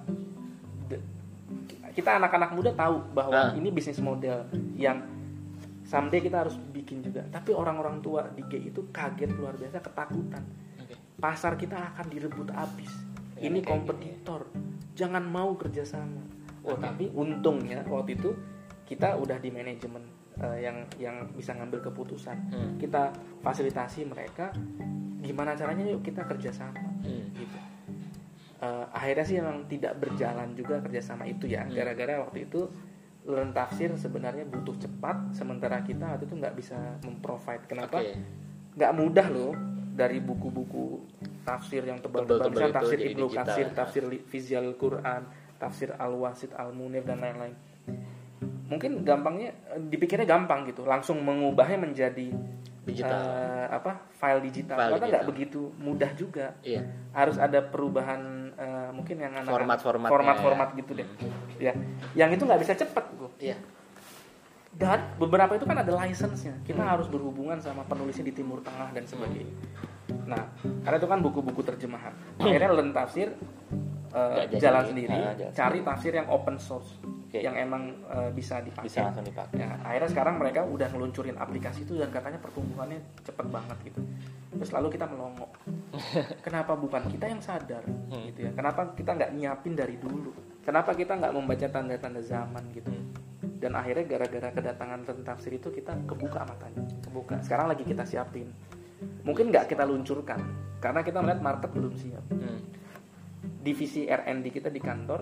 kita anak-anak muda tahu bahwa nah. ini bisnis model yang someday kita harus bikin juga. Tapi orang-orang tua di G itu kaget luar biasa, ketakutan. Okay. Pasar kita akan direbut habis. Ya, ini kompetitor. Gini. Jangan mau kerjasama. Oh, okay. Tapi untungnya waktu itu kita udah di manajemen uh, yang yang bisa ngambil keputusan. Hmm. Kita fasilitasi mereka. Gimana caranya? Yuk kita kerjasama. Hmm. Gitu. Uh, akhirnya sih memang tidak berjalan juga kerjasama itu ya, hmm. gara-gara waktu itu Learn Tafsir sebenarnya butuh cepat, sementara kita waktu itu nggak bisa memprovide. Kenapa? Okay. Nggak mudah loh dari buku-buku tafsir yang tebal-tebal, misalnya tafsir Ibnu Katsir, tafsir Fizyal Quran, tafsir Al-Wasit, Al-Munir dan lain-lain. Mungkin gampangnya, dipikirnya gampang gitu, langsung mengubahnya menjadi digital, uh, apa file digital. Ternyata nggak begitu mudah juga. Iya. Harus ada perubahan uh, mungkin yang anak format-format format-format gitu deh. Ya, yang itu nggak bisa cepat, Bu. Iya. Dan beberapa itu kan ada license-nya. Kita hmm. harus berhubungan sama penulisnya di Timur Tengah dan sebagainya. Nah, karena itu kan buku-buku terjemahan. Akhirnya Learn Tafsir uh, Nggak jalan jadi, sendiri, ah, jalan cari sendiri. tafsir yang open source, Oke. yang emang uh, bisa dipakai. Bisa langsung dipakai. Ya, akhirnya sekarang mereka udah ngeluncurin aplikasi itu dan katanya pertumbuhannya cepet banget gitu. Terus lalu kita melongo. Kenapa bukan kita yang sadar Hmm. gitu ya? Kenapa kita nggak nyiapin dari dulu? Kenapa kita nggak membaca tanda-tanda zaman gitu? Hmm. Dan akhirnya gara-gara kedatangan tafsir itu kita kebuka matanya. Kebuka. Sekarang lagi kita siapin. Mungkin nggak kita luncurkan karena kita melihat market belum siap. Hmm. Divisi R and D kita di kantor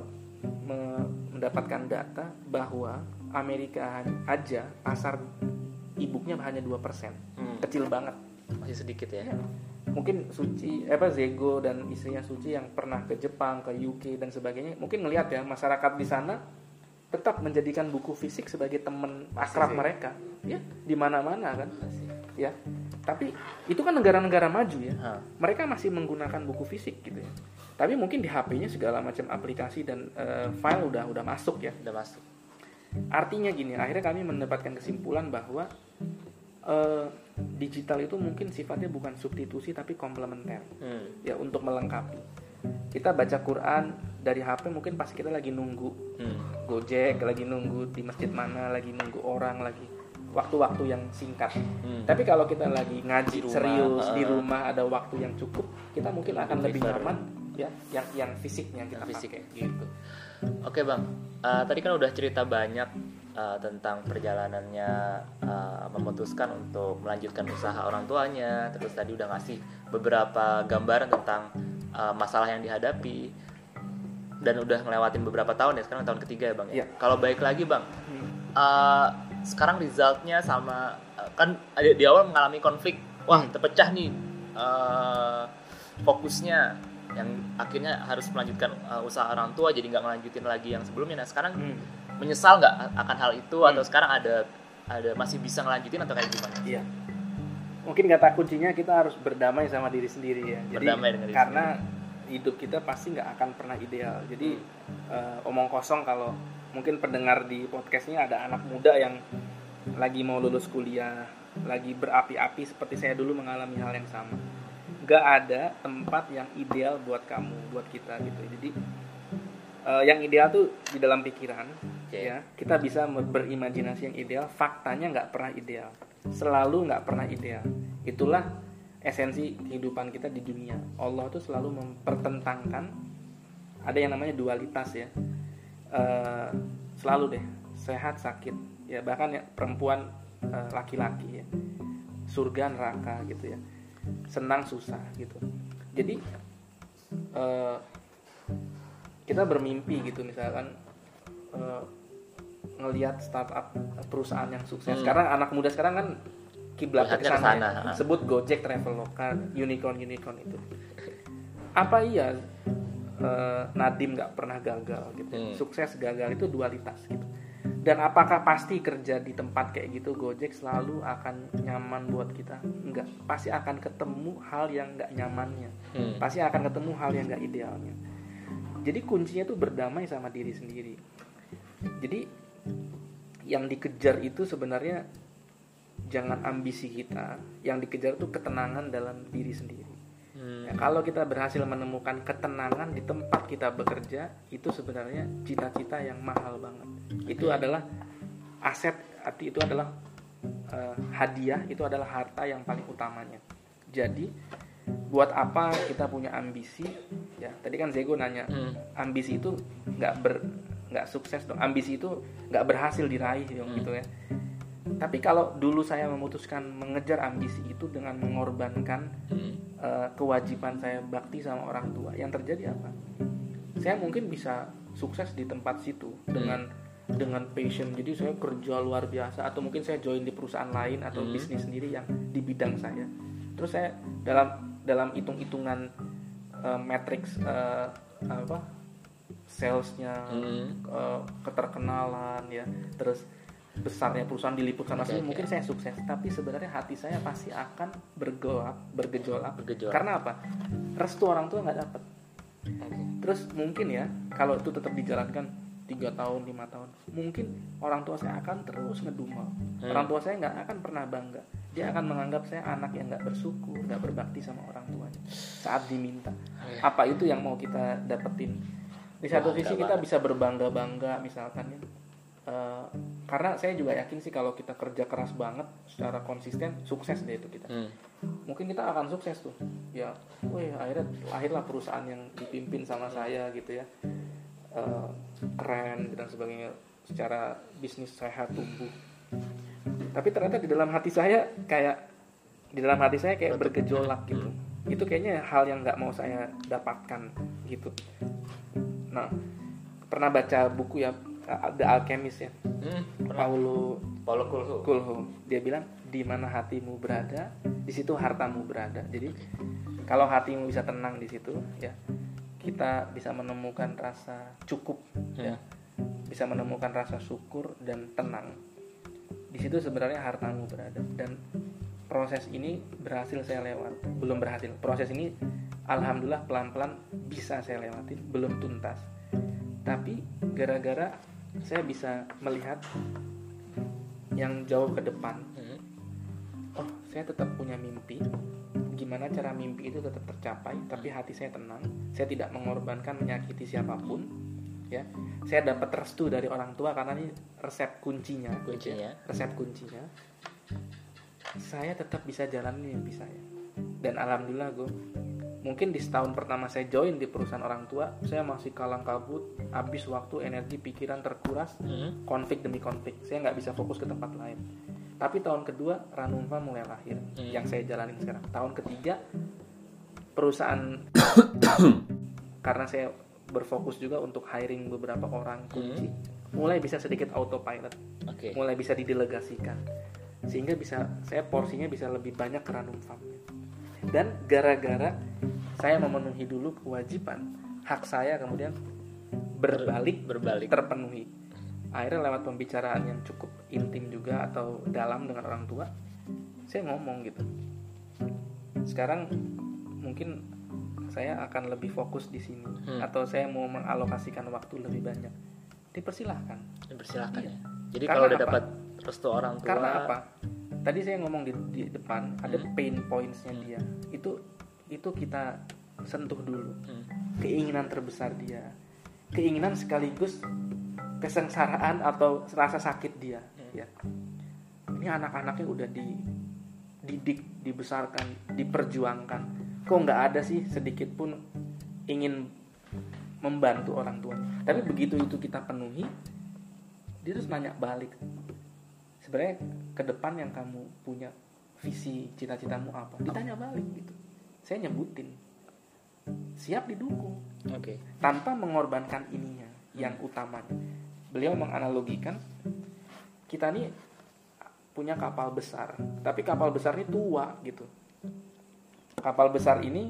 me- mendapatkan data bahwa Amerika aja pasar e-booknya hanya dua persen. Hmm. Kecil banget. Masih sedikit ya. Mungkin Suci eh, apa Zego dan istrinya Suci yang pernah ke Jepang, ke U K dan sebagainya, mungkin ngelihat ya masyarakat di sana tetap menjadikan buku fisik sebagai teman akrab sih. mereka, ya di mana-mana kan, Masih. ya. Tapi itu kan negara-negara maju ya, Hah. mereka masih menggunakan buku fisik gitu ya. Tapi mungkin di H P-nya segala macam aplikasi dan uh, file udah udah masuk ya. Udah masuk. Artinya gini, akhirnya kami mendapatkan kesimpulan bahwa uh, digital itu mungkin sifatnya bukan substitusi tapi komplementer, Hmm. ya untuk melengkapi. Kita baca Quran dari H P mungkin pas kita lagi nunggu Hmm. Gojek, lagi nunggu di masjid mana, lagi nunggu orang, lagi waktu-waktu yang singkat. Hmm. Tapi kalau kita lagi ngaji Di rumah, serius uh, di rumah ada waktu yang cukup, kita mungkin akan lebih prefer. nyaman ya yang yang fisiknya kita Yang fisik. pakai gitu. Oke bang, uh, tadi kan udah cerita banyak uh, tentang perjalanannya uh, memutuskan untuk melanjutkan usaha orang tuanya. Terus tadi udah ngasih beberapa gambaran tentang uh, masalah yang dihadapi dan udah ngelewatin beberapa tahun ya. Sekarang tahun ketiga ya bang. Ya? Iya. Kalau balik lagi bang, Hmm. uh, sekarang resultnya sama uh, kan di awal mengalami konflik. Wah terpecah nih uh, fokusnya, yang akhirnya harus melanjutkan uh, usaha orang tua jadi nggak ngelanjutin lagi yang sebelumnya. Nah sekarang Hmm. menyesal nggak akan hal itu Hmm. atau sekarang ada ada masih bisa ngelanjutin atau kayak gimana? Iya. Mungkin kata kuncinya kita harus berdamai sama diri sendiri ya. Jadi Berdamai dengan diri karena hidup kita pasti nggak akan pernah ideal. Jadi eh, omong kosong kalau mungkin pendengar di podcastnya ada anak muda yang lagi mau lulus kuliah, lagi berapi-api seperti saya dulu mengalami hal yang sama. Nggak ada tempat yang ideal buat kamu, buat kita gitu. Jadi eh, yang ideal tuh di dalam pikiran. Oke. Ya, kita bisa berimajinasi yang ideal. Faktanya nggak pernah ideal, selalu nggak pernah ideal. Itulah esensi kehidupan kita di dunia. Allah tuh selalu mempertentangkan ada yang namanya dualitas ya. Eh, selalu deh sehat sakit ya, bahkan ya perempuan eh, laki-laki ya, surga neraka gitu ya, senang susah gitu. Jadi eh, kita bermimpi gitu misalkan eh, ngelihat startup perusahaan yang sukses. Hmm. Sekarang anak muda sekarang kan kiblatnya ke Lihatnya sana. kesana, Ya. ha. Sebut Gojek, Traveloka, unicorn unicorn itu. Apa iya eh, Nadim nggak pernah gagal gitu. Hmm. Sukses gagal itu dualitas gitu. Dan apakah pasti kerja di tempat kayak gitu Gojek selalu akan nyaman buat kita? Enggak. Pasti akan ketemu hal yang nggak nyamannya. Hmm. Pasti akan ketemu hal yang nggak idealnya. Jadi kuncinya tuh berdamai sama diri sendiri. Jadi yang dikejar itu sebenarnya jangan ambisi kita, yang dikejar tuh ketenangan dalam diri sendiri. Hmm. Ya, kalau kita berhasil menemukan ketenangan di tempat kita bekerja, itu sebenarnya cita-cita yang mahal banget. Itu adalah aset, arti itu adalah uh, hadiah, itu adalah harta yang paling utamanya. Jadi buat apa kita punya ambisi? Ya, tadi kan Zego nanya, Hmm. ambisi itu nggak ber nggak sukses dong, ambisi itu nggak berhasil diraih dong Hmm. gitu ya. Tapi kalau dulu saya memutuskan mengejar ambisi itu dengan mengorbankan Hmm. uh, kewajiban saya bakti sama orang tua, yang terjadi apa? Saya mungkin bisa sukses di tempat situ dengan dengan passion, jadi saya kerja luar biasa, atau mungkin saya join di perusahaan lain atau Hmm. bisnis sendiri yang di bidang saya. Terus saya dalam dalam hitung-hitungan uh, matriks uh, apa salesnya, Hmm. uh, keterkenalan ya, terus besarnya perusahaan diliput sana sini, Oke, mungkin oke. saya sukses, tapi sebenarnya hati saya pasti akan bergolak, bergejolak. Bergejolak. Karena apa? Restu orang tua nggak dapat. Oke. Terus mungkin ya, kalau itu tetap dijalankan, tiga tahun, lima tahun, mungkin orang tua saya akan terus ngedumel. Hmm. Orang tua saya nggak akan pernah bangga. Dia akan menganggap saya anak yang nggak bersyukur, nggak berbakti sama orang tuanya saat diminta. Apa itu yang mau kita dapetin? Di satu sisi kita bisa berbangga-bangga misalkan ya. Uh, karena saya juga yakin sih kalau kita kerja keras banget secara konsisten, sukses deh itu kita. Hmm. Mungkin kita akan sukses tuh. Ya, wih akhirnya lahirlah perusahaan yang dipimpin sama saya gitu ya. Uh, keren dan sebagainya, secara bisnis sehat tumbuh. Tapi ternyata di dalam hati saya kayak di dalam hati saya kayak bergejolak gitu. Itu kayaknya hal yang nggak mau saya dapatkan gitu. Nah, pernah baca buku ya The Alchemist ya, hmm, Paulo Paulo Coelho. Coelho. Dia bilang di mana hatimu berada, di situ hartamu berada. Jadi kalau hatimu bisa tenang di situ ya, kita bisa menemukan rasa cukup hmm. ya, bisa menemukan rasa syukur dan tenang. Di situ sebenarnya hartamu berada. Dan proses ini berhasil saya lewat, belum berhasil. Proses ini alhamdulillah pelan-pelan bisa saya lewatin, belum tuntas. Tapi gara-gara saya bisa melihat yang jauh ke depan. Oh, saya tetap punya mimpi. Gimana cara mimpi itu tetap tercapai, tapi hati saya tenang. Saya tidak mengorbankan menyakiti siapapun. Ya, saya dapat restu dari orang tua karena ini resep kuncinya. Kuncinya. Resep kuncinya. Saya tetap bisa jalanin mimpi saya. Dan alhamdulillah gue, mungkin di setahun pertama saya join di perusahaan orang tua, saya masih kalang kabut, habis waktu, energi, pikiran terkuras, mm-hmm. konflik demi konflik. Saya nggak bisa fokus ke tempat lain. Tapi tahun kedua Ranumfa mulai lahir, mm-hmm. yang saya jalanin sekarang. Tahun ketiga perusahaan karena saya berfokus juga untuk hiring beberapa orang kunci, mm-hmm. mulai bisa sedikit autopilot, okay. mulai bisa didelegasikan, sehingga bisa saya porsinya bisa lebih banyak ke Ranumfa. Dan gara-gara saya memenuhi dulu kewajiban, hak saya kemudian berbalik, berbalik terpenuhi. Akhirnya lewat pembicaraan yang cukup intim juga atau dalam dengan orang tua, saya ngomong gitu. Sekarang mungkin saya akan lebih fokus di sini, hmm. atau saya mau mengalokasikan waktu lebih banyak. Dipersilahkan. Dipersilahkan ya. Jadi karena kalau udah apa? dapat restu orang tua. Karena apa? Tadi saya ngomong di, di depan ada hmm. pain points-nya hmm. dia. Itu itu kita sentuh dulu. Hmm. Keinginan terbesar dia. Keinginan sekaligus kesengsaraan atau rasa sakit dia. Hmm. Ya. Ini anak-anaknya udah dididik, dibesarkan, diperjuangkan. Kok nggak ada sih sedikit pun ingin membantu orang tua. Tapi begitu itu kita penuhi, dia terus nanya balik. Sebenarnya ke depan yang kamu punya visi, cita-citamu apa? Ditanya balik gitu. Saya nyebutin. Siap didukung. Oke. Okay. Tanpa mengorbankan ininya yang utamanya. Beliau menganalogikan kita nih punya kapal besar, tapi kapal besar ini tua gitu. Kapal besar ini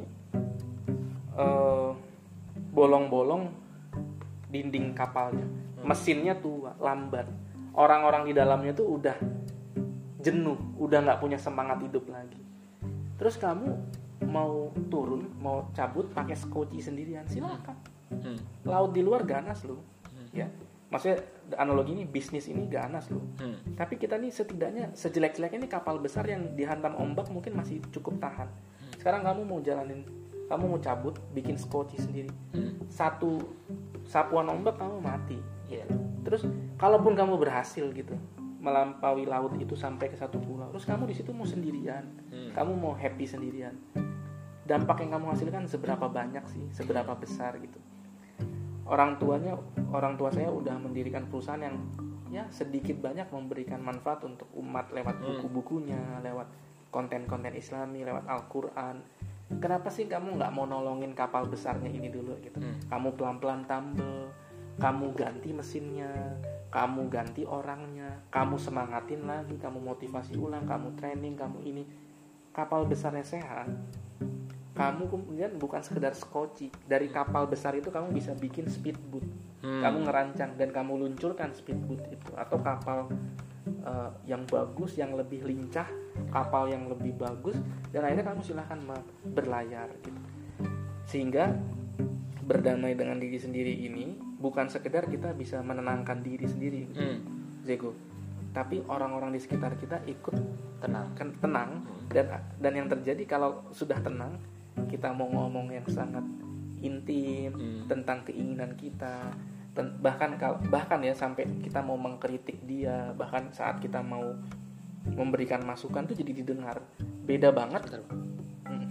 uh, bolong-bolong dinding kapalnya, mesinnya tua, lambat. Orang-orang di dalamnya tuh udah jenuh, udah nggak punya semangat hidup lagi. Terus kamu mau turun, mau cabut pakai skoci sendirian, silakan. Hmm. Laut di luar ganas loh, hmm. ya. Maksudnya analogi ini bisnis ini ganas loh. Hmm. Tapi kita nih setidaknya sejelek-jeleknya ini kapal besar yang dihantam ombak mungkin masih cukup tahan. Sekarang kamu mau jalanin, kamu mau cabut, bikin skoci sendiri. Hmm. Satu sapuan ombak kamu mati. Yeah. Terus kalaupun kamu berhasil gitu melampaui laut itu sampai ke satu pulau, terus kamu di situ mau sendirian, hmm. kamu mau happy sendirian. Dampak yang kamu hasilkan seberapa banyak sih, seberapa besar gitu. Orang tuanya, orang tua saya udah mendirikan perusahaan yang ya sedikit banyak memberikan manfaat untuk umat lewat buku-bukunya, lewat konten-konten Islami, lewat Al-Quran. Kenapa sih kamu nggak mau nolongin kapal besarnya ini dulu gitu? Hmm. Kamu pelan-pelan tambel, kamu ganti mesinnya, kamu ganti orangnya, kamu semangatin lagi, kamu motivasi ulang, kamu training, kamu ini. Kapal besarnya sehat, kamu kemudian bukan sekedar skoci. Dari kapal besar itu kamu bisa bikin speedboat. Hmm. Kamu ngerancang dan kamu luncurkan speedboat itu, atau kapal uh, yang bagus, yang lebih lincah, kapal yang lebih bagus, dan akhirnya kamu silahkan berlayar gitu. Sehingga berdamai dengan diri sendiri ini bukan sekedar kita bisa menenangkan diri sendiri, Hmm. Zego, tapi orang-orang di sekitar kita ikut Tenang. kan tenang. Hmm. dan dan yang terjadi kalau sudah tenang, kita mau ngomong yang sangat intim Hmm. tentang keinginan kita, ten- bahkan kalau bahkan ya sampai kita mau mengkritik dia, bahkan saat kita mau memberikan masukan tuh jadi didengar. Beda banget. Bentar, Bang. Hmm.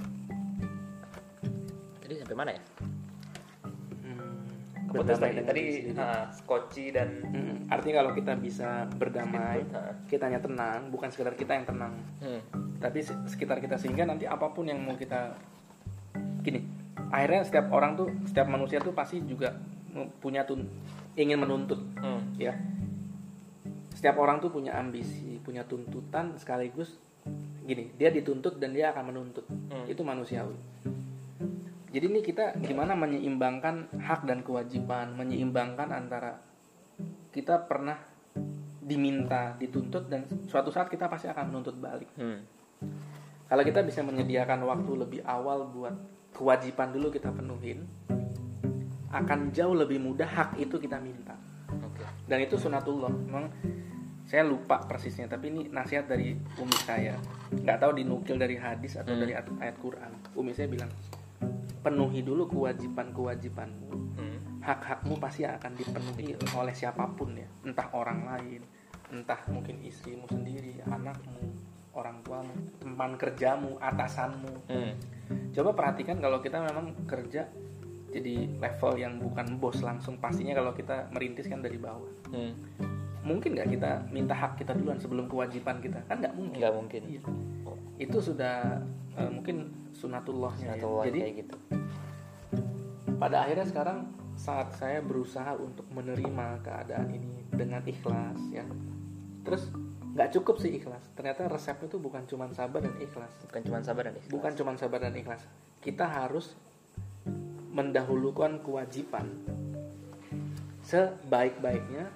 Tadi sampai mana ya? Hmm. Putus Berdamai tadi. dengan Tadi diri sendiri. ah, skoci dan Hmm. Artinya kalau kita bisa berdamai, Speedboat, ah. kitanya tenang, bukan sekedar kita yang tenang, hmm. tapi se- sekitar kita, sehingga nanti apapun yang mau kita gini, akhirnya setiap orang tuh, setiap manusia tuh pasti juga punya tun ingin menuntut, Hmm. ya. Setiap orang tuh punya ambisi, punya tuntutan, sekaligus gini, dia dituntut dan dia akan menuntut. Hmm. Itu manusiawi. Jadi ini kita gimana menyeimbangkan hak dan kewajiban, menyeimbangkan antara kita pernah diminta, dituntut, dan suatu saat kita pasti akan menuntut balik. Hmm. Kalau kita bisa menyediakan waktu lebih awal buat kewajiban dulu kita penuhin, akan jauh lebih mudah hak itu kita minta. Oke. Dan itu sunatullah. Memang saya lupa persisnya, tapi ini nasihat dari umi saya. Nggak tahu dinukil dari hadis atau Hmm. dari ayat, ayat Quran. Umi saya bilang, penuhi dulu kewajiban-kewajibanmu. Hmm. Hak-hakmu pasti akan dipenuhi oleh siapapun ya. Entah orang lain, entah mungkin istrimu sendiri, anakmu, orang tuamu, teman kerjamu, atasanmu. Hmm. Coba perhatikan kalau kita memang kerja jadi level yang bukan bos langsung, pastinya kalau kita merintis kan dari bawah. Hmm. Mungkin nggak kita minta hak kita duluan sebelum kewajiban kita? Kan nggak mungkin. Nggak mungkin. Iya. Itu sudah eh, mungkin sunatullahnya. Sunatullah Ya. Jadi kayak gitu. pada akhirnya sekarang saat saya berusaha untuk menerima keadaan ini dengan ikhlas ya. Terus nggak cukup sih ikhlas. Ternyata resep itu bukan cuma sabar dan ikhlas. Bukan cuma sabar dan ikhlas. Bukan cuma sabar dan ikhlas. Kita harus mendahulukan kewajiban sebaik-baiknya,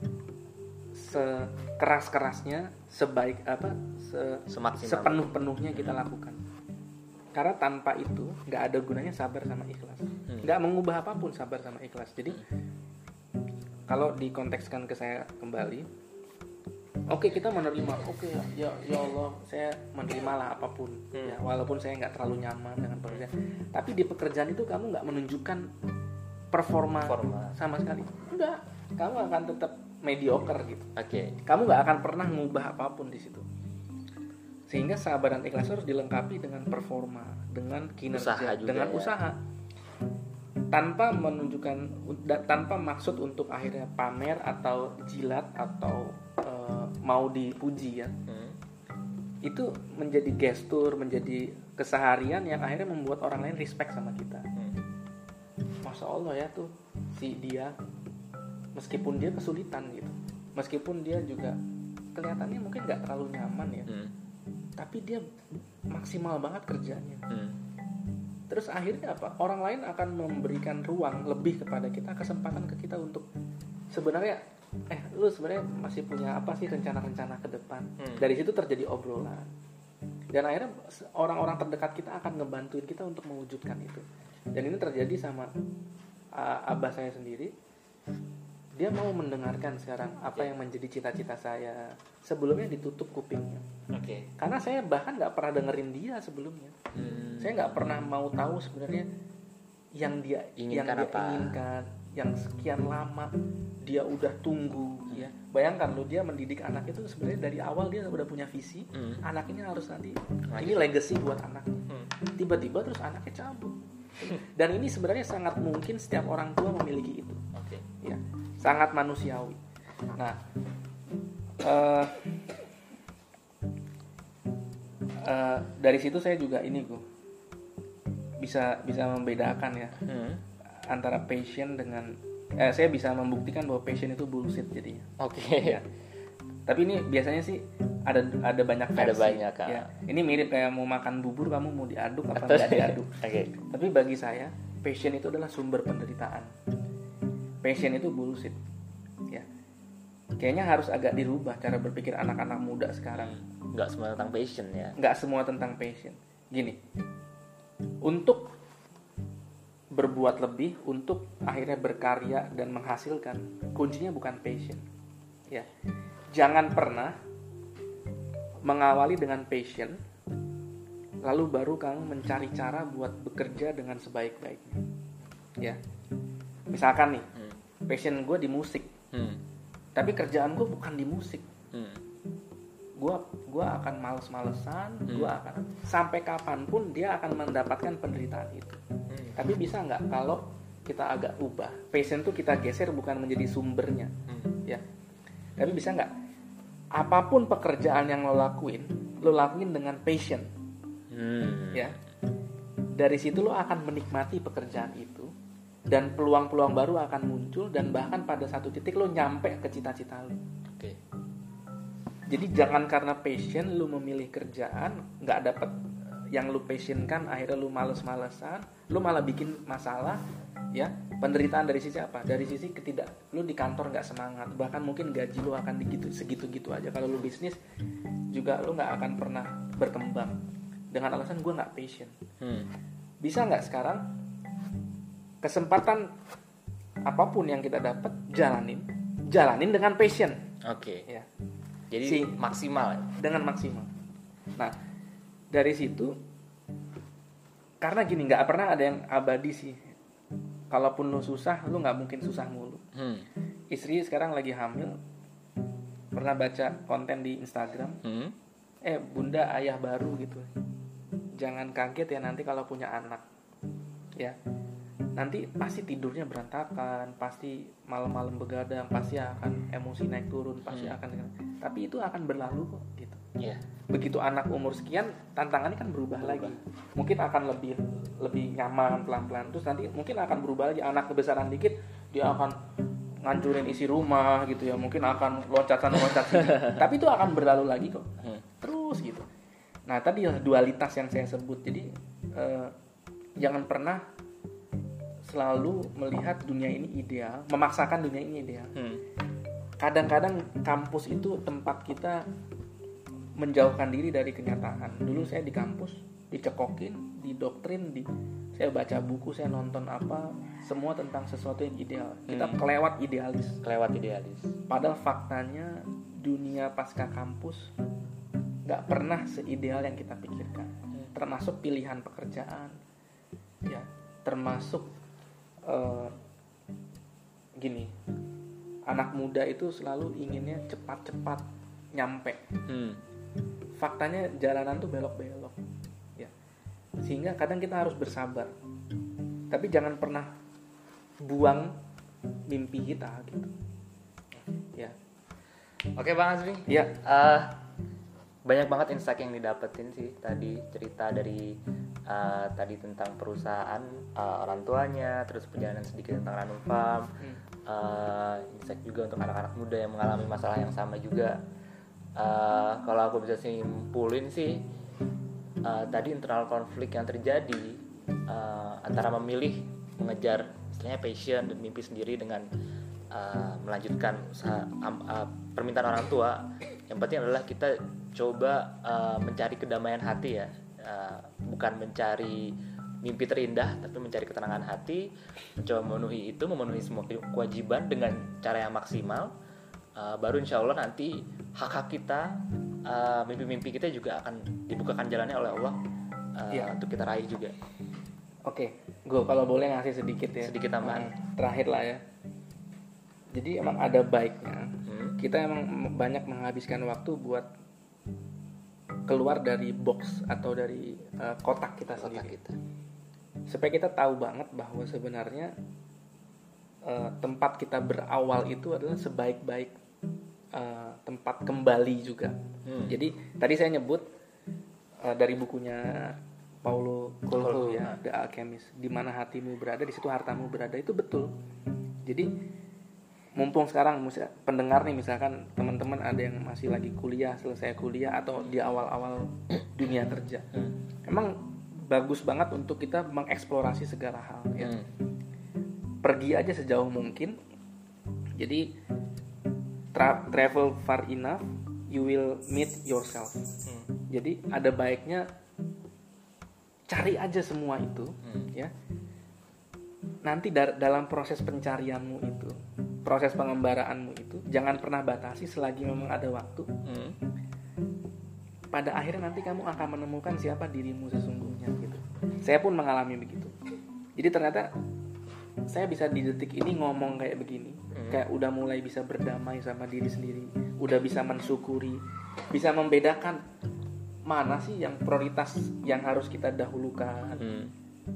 sekeras-kerasnya, sebaik apa, se, Semaksimal. sepenuh-penuhnya kita lakukan. Karena tanpa itu nggak ada gunanya sabar sama ikhlas. Hmm. Nggak mengubah apapun sabar sama ikhlas. Jadi kalau dikontekskan ke saya kembali, oke kita menerima, oke ya ya Allah saya menerima lah apapun, Hmm. ya walaupun saya nggak terlalu nyaman dengan pekerjaan. Tapi di pekerjaan itu kamu nggak menunjukkan performa, Performa. sama sekali. Enggak, kamu akan tetap mediocre gitu. Oke. Kamu nggak akan pernah mengubah apapun di situ. Sehingga sabar dan ikhlas harus dilengkapi dengan performa, dengan kinerja, Usaha juga dengan ya. usaha. Tanpa menunjukkan, tanpa maksud untuk akhirnya pamer atau jilat atau eh, mau dipuji ya. Hmm. Itu menjadi gestur, menjadi keseharian yang akhirnya membuat orang lain respect sama kita. Hmm. Masya Allah ya tuh si dia, meskipun dia kesulitan gitu, meskipun dia juga kelihatannya mungkin nggak terlalu nyaman ya, Hmm. tapi dia maksimal banget kerjanya. Hmm. Terus akhirnya apa? Orang lain akan memberikan ruang lebih kepada kita, kesempatan ke kita untuk sebenarnya, eh lu sebenarnya masih punya apa sih rencana-rencana ke depan? Hmm. Dari situ terjadi obrolan. Dan akhirnya orang-orang terdekat kita akan ngebantuin kita untuk mewujudkan itu. Dan ini terjadi sama uh, abah saya sendiri. Dia mau mendengarkan sekarang apa yang menjadi cita-cita saya. Sebelumnya ditutup kupingnya. Oke. Karena saya bahkan nggak pernah dengerin dia sebelumnya. Hmm. Saya nggak pernah mau tahu sebenarnya yang dia yang Inginkan dia apa? inginkan, yang sekian lama dia udah tunggu ya. Bayangkan lo, dia mendidik anak itu sebenarnya dari awal dia udah punya visi, Hmm. anak ini harus nanti Nah, ini gitu. legacy buat anaknya. Hmm. Tiba-tiba terus anaknya cabut. Dan ini sebenarnya sangat mungkin setiap orang tua memiliki itu. Oke. Ya, sangat manusiawi. Nah, eh, eh, dari situ saya juga ini gue bisa bisa membedakan ya Hmm. antara passion dengan eh, saya bisa membuktikan bahwa passion itu bullshit jadinya. Oke. Ya. Tapi ini biasanya sih ada ada banyak versi. Ada banyak, Kak. Ya. Ini mirip kayak mau makan bubur, kamu mau diaduk apa Atau- nggak diaduk. Oke. Tapi bagi saya passion itu adalah sumber penderitaan. Passion itu bullshit. Ya. Kayaknya harus agak dirubah cara berpikir anak-anak muda sekarang. Nggak semua tentang passion ya. Nggak semua tentang passion. Gini, untuk berbuat lebih untuk akhirnya berkarya dan menghasilkan. Kuncinya bukan passion. Ya. Jangan pernah mengawali dengan passion, lalu baru kamu mencari cara buat bekerja dengan sebaik-baiknya. Ya. Misalkan nih, passion gue di musik, hmm. tapi kerjaan gue bukan di musik. Hmm. Gue gue akan males-malesan, hmm. gue akan sampai kapanpun dia akan mendapatkan penderitaan itu. Hmm. Tapi bisa nggak kalau kita agak ubah, passion tuh kita geser bukan menjadi sumbernya, hmm. ya. Tapi bisa nggak, apapun pekerjaan yang lo lakuin, lo lakuin dengan passion, hmm. ya. Dari situ lo akan menikmati pekerjaan itu. Dan peluang-peluang baru akan muncul, dan bahkan pada satu titik lo nyampe ke cita-cita lo. Oke. Jadi jangan karena passion lo memilih kerjaan nggak dapet yang lo passionkan, akhirnya lo males-malesan, lo malah bikin masalah, ya. Penderitaan dari sisi apa? Dari sisi ketidak, lo di kantor nggak semangat, bahkan mungkin gaji lo akan digitu segitu-gitu aja. Kalau lo bisnis juga lo nggak akan pernah berkembang dengan alasan gue nggak passion. Hmm. Bisa nggak sekarang kesempatan apapun yang kita dapat jalanin, jalanin dengan passion. Oke. Ya. Jadi si, maksimal. Dengan maksimal. Nah, dari situ, karena gini, nggak pernah ada yang abadi sih. Kalaupun lu susah, lu nggak mungkin susah mulu. Hmm. Istri sekarang lagi hamil, pernah baca konten di Instagram. Hmm. Eh, bunda ayah baru gitu. Jangan kaget ya nanti kalau punya anak, ya. Nanti pasti tidurnya berantakan, pasti malam-malam begadang, pasti akan emosi naik turun, pasti hmm. akan. Tapi itu akan berlalu kok, gitu. Yeah. Begitu anak umur sekian, tantangannya kan berubah, berubah lagi. Mungkin akan lebih lebih nyaman pelan-pelan. Terus nanti mungkin akan berubah lagi. Anak kebesaran dikit, dia akan ngancurin isi rumah, gitu ya. Mungkin akan loncat sana loncat sini. Tapi itu akan berlalu lagi kok. Hmm. Terus gitu. Nah tadi dualitas yang saya sebut. Jadi eh, jangan pernah selalu melihat dunia ini ideal, memaksakan dunia ini ideal. Hmm. Kadang-kadang kampus itu tempat kita menjauhkan diri dari kenyataan. Dulu saya di kampus dicekokin, didoktrin, di saya baca buku, saya nonton apa, semua tentang sesuatu yang ideal. Kita hmm. kelewat idealis. Kelewat idealis. Padahal faktanya dunia pasca kampus nggak pernah seideal yang kita pikirkan. Hmm. Termasuk pilihan pekerjaan, ya, termasuk Uh, gini, anak muda itu selalu inginnya cepat-cepat nyampe. Hmm. Faktanya jalanan tuh belok-belok, ya. Sehingga kadang kita harus bersabar. Tapi jangan pernah buang mimpi kita, gitu. Ya. Oke Bang Azmi. Ya. Uh, banyak banget insight yang didapetin sih tadi, cerita dari uh, tadi tentang perusahaan uh, orang tuanya, terus perjalanan sedikit tentang Ranum Farm, hmm. uh, insight juga untuk anak-anak muda yang mengalami masalah yang sama juga. Uh, kalau aku bisa simpulin sih, uh, tadi internal konflik yang terjadi uh, antara memilih mengejar istilahnya passion dan mimpi sendiri dengan uh, melanjutkan usaha um, uh, permintaan orang tua. Yang penting adalah kita coba uh, mencari kedamaian hati ya, uh, bukan mencari mimpi terindah, tapi mencari ketenangan hati, mencoba memenuhi itu, memenuhi semua kewajiban dengan cara yang maksimal. Uh, baru insya Allah nanti hak-hak kita, uh, mimpi-mimpi kita juga akan dibukakan jalannya oleh Allah uh, ya. Untuk kita raih juga. Oke, gue kalau boleh ngasih sedikit ya. Sedikit tambahan. Nah, terakhir lah ya. Jadi emang ada baiknya. Kita emang banyak menghabiskan waktu buat keluar dari box atau dari uh, kotak kita kotak sendiri. Kita. Supaya kita tahu banget bahwa sebenarnya uh, tempat kita berawal itu adalah sebaik-baik uh, tempat kembali juga. Hmm. Jadi tadi saya nyebut uh, dari bukunya Paulo Coelho ya, The Alchemist, di mana hatimu berada, di situ hartamu berada, itu betul. Jadi mumpung sekarang pendengar nih, misalkan teman-teman ada yang masih lagi kuliah, selesai kuliah atau di awal-awal dunia kerja, hmm. emang bagus banget untuk kita mengeksplorasi segala hal ya. Hmm. Pergi aja sejauh mungkin. Jadi tra- travel far enough, you will meet yourself. Hmm. Jadi ada baiknya cari aja semua itu, hmm. ya. nanti da- dalam proses pencarianmu itu, proses pengembaraanmu itu, jangan pernah batasi selagi memang ada waktu. Hmm. Pada akhirnya nanti kamu akan menemukan siapa dirimu sesungguhnya gitu. Saya pun mengalami begitu. Jadi ternyata saya bisa di detik ini ngomong kayak begini, hmm. kayak udah mulai bisa berdamai sama diri sendiri, udah bisa mensyukuri, bisa membedakan mana sih yang prioritas yang harus kita dahulukan. Hmm.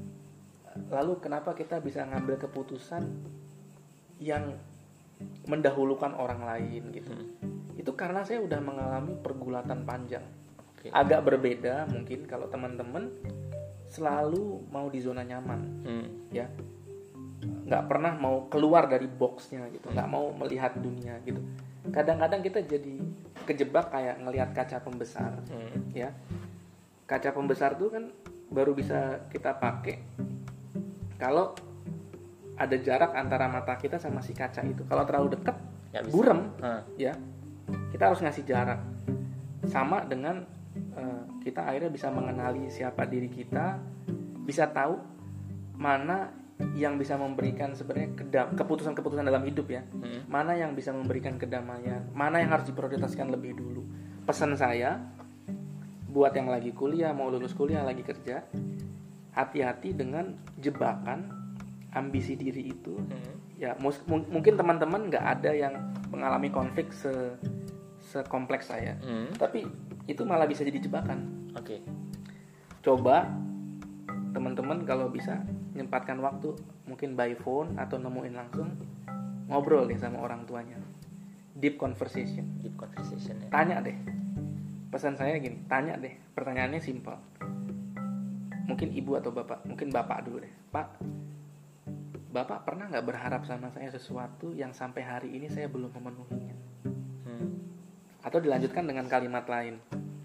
Lalu kenapa kita bisa ngambil keputusan yang mendahulukan orang lain gitu. Hmm. Itu karena saya udah mengalami pergulatan panjang. Okay. Agak berbeda mungkin kalau teman-teman selalu mau di zona nyaman, hmm. ya, nggak pernah mau keluar dari boxnya gitu, nggak mau melihat dunia gitu. Kadang-kadang kita jadi kejebak kayak ngelihat kaca pembesar, hmm. ya. Kaca pembesar tuh kan baru bisa kita pakai kalau ada jarak antara mata kita sama si kaca itu. Kalau terlalu dekat, burem, hmm. ya. Kita harus ngasih jarak. Sama dengan uh, kita akhirnya bisa mengenali siapa diri kita, bisa tahu mana yang bisa memberikan sebenarnya kedam- keputusan-keputusan dalam hidup ya, hmm. mana yang bisa memberikan kedamaian, mana yang harus diprioritaskan lebih dulu. Pesan saya buat yang lagi kuliah, mau lulus kuliah, lagi kerja, hati-hati dengan jebakan ambisi diri itu. Hmm. Ya mus- m- mungkin teman-teman nggak ada yang mengalami konflik se sekompleks saya, hmm. tapi itu malah bisa jadi jebakan. Oke. Okay. Coba teman-teman kalau bisa nyempatkan waktu, mungkin by phone atau nemuin langsung, ngobrol deh sama orang tuanya, deep conversation. Deep conversation. Ya. Tanya deh. Pesan saya gini, tanya deh. Pertanyaannya simpel. Mungkin ibu atau bapak, mungkin bapak dulu deh. Pak, bapak pernah nggak berharap sama saya sesuatu yang sampai hari ini saya belum memenuhinya? Hmm. Atau dilanjutkan dengan kalimat lain.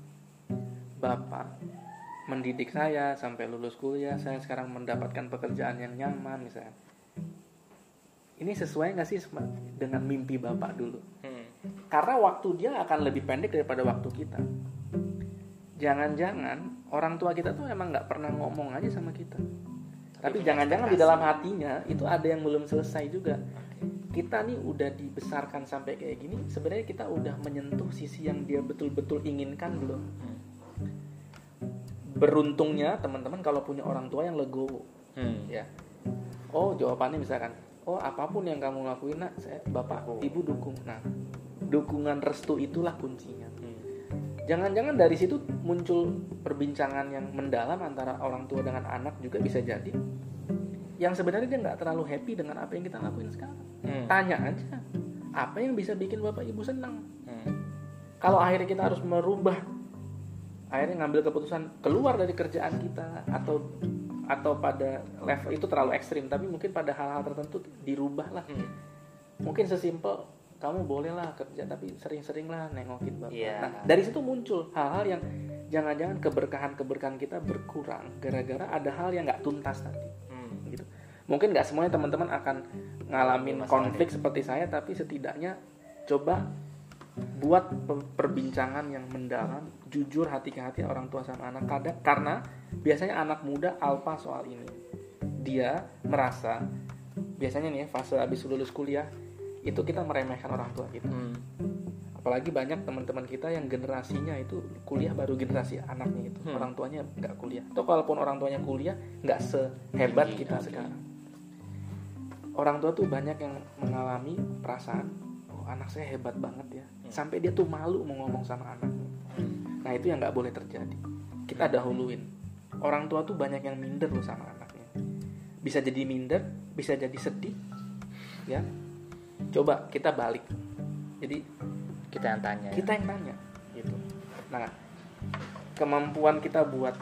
Bapak mendidik saya sampai lulus kuliah, saya sekarang mendapatkan pekerjaan yang nyaman misalnya. Ini sesuai nggak sih dengan mimpi bapak dulu? Hmm. Karena waktu dia akan lebih pendek daripada waktu kita. Jangan-jangan orang tua kita tuh emang nggak pernah ngomong aja sama kita. Tapi, Tapi jangan-jangan di dalam hatinya itu ada yang belum selesai juga. Kita nih udah dibesarkan sampai kayak gini, sebenarnya kita udah menyentuh sisi yang dia betul-betul inginkan belum? Hmm. Beruntungnya teman-teman kalau punya orang tua yang legowo, hmm. ya. Oh jawabannya misalkan, oh apapun yang kamu lakuin nak, saya bapak, oh. ibu dukung. Nah, dukungan restu itulah kuncinya. Hmm. Jangan-jangan dari situ muncul perbincangan yang mendalam antara orang tua dengan anak juga bisa jadi. Yang sebenarnya dia nggak terlalu happy dengan apa yang kita lakuin sekarang. Hmm. Tanya aja, apa yang bisa bikin bapak ibu senang? Hmm. Kalau akhirnya kita harus merubah, akhirnya ngambil keputusan keluar dari kerjaan kita atau atau pada level itu terlalu ekstrim, tapi mungkin pada hal-hal tertentu dirubah lah. Hmm. Mungkin sesimpel kamu bolehlah kerja tapi sering-seringlah nengokin bapak. Yeah. Nah dari situ muncul hal-hal yang jangan-jangan keberkahan-keberkahan kita berkurang gara-gara ada hal yang nggak tuntas tadi. Hmm. Gitu. Mungkin nggak semuanya teman-teman akan ngalamin Masalah konflik ini. Seperti saya, tapi setidaknya coba buat perbincangan yang mendalam, jujur hati ke hati orang tua sama anak. Kadang karena biasanya anak muda alpa soal ini. Dia merasa biasanya nih fase habis lulus kuliah itu kita meremehkan orang tua kita. Hmm. Apalagi banyak teman-teman kita yang generasinya itu kuliah baru generasi anaknya itu. Hmm. Orang tuanya nggak kuliah. Atau kalaupun orang tuanya kuliah nggak sehebat kita okay. sekarang. Orang tua tuh banyak yang mengalami perasaan, oh anak saya hebat banget ya. Sampai dia tuh malu mau ngomong sama anaknya. Nah itu yang nggak boleh terjadi. Kita dahuluin. Orang tua tuh banyak yang minder loh sama anaknya. Bisa jadi minder, bisa jadi sedih, ya. Coba kita balik. Jadi kita yang tanya. Kita yang tanya, gitu. Nah kemampuan kita buat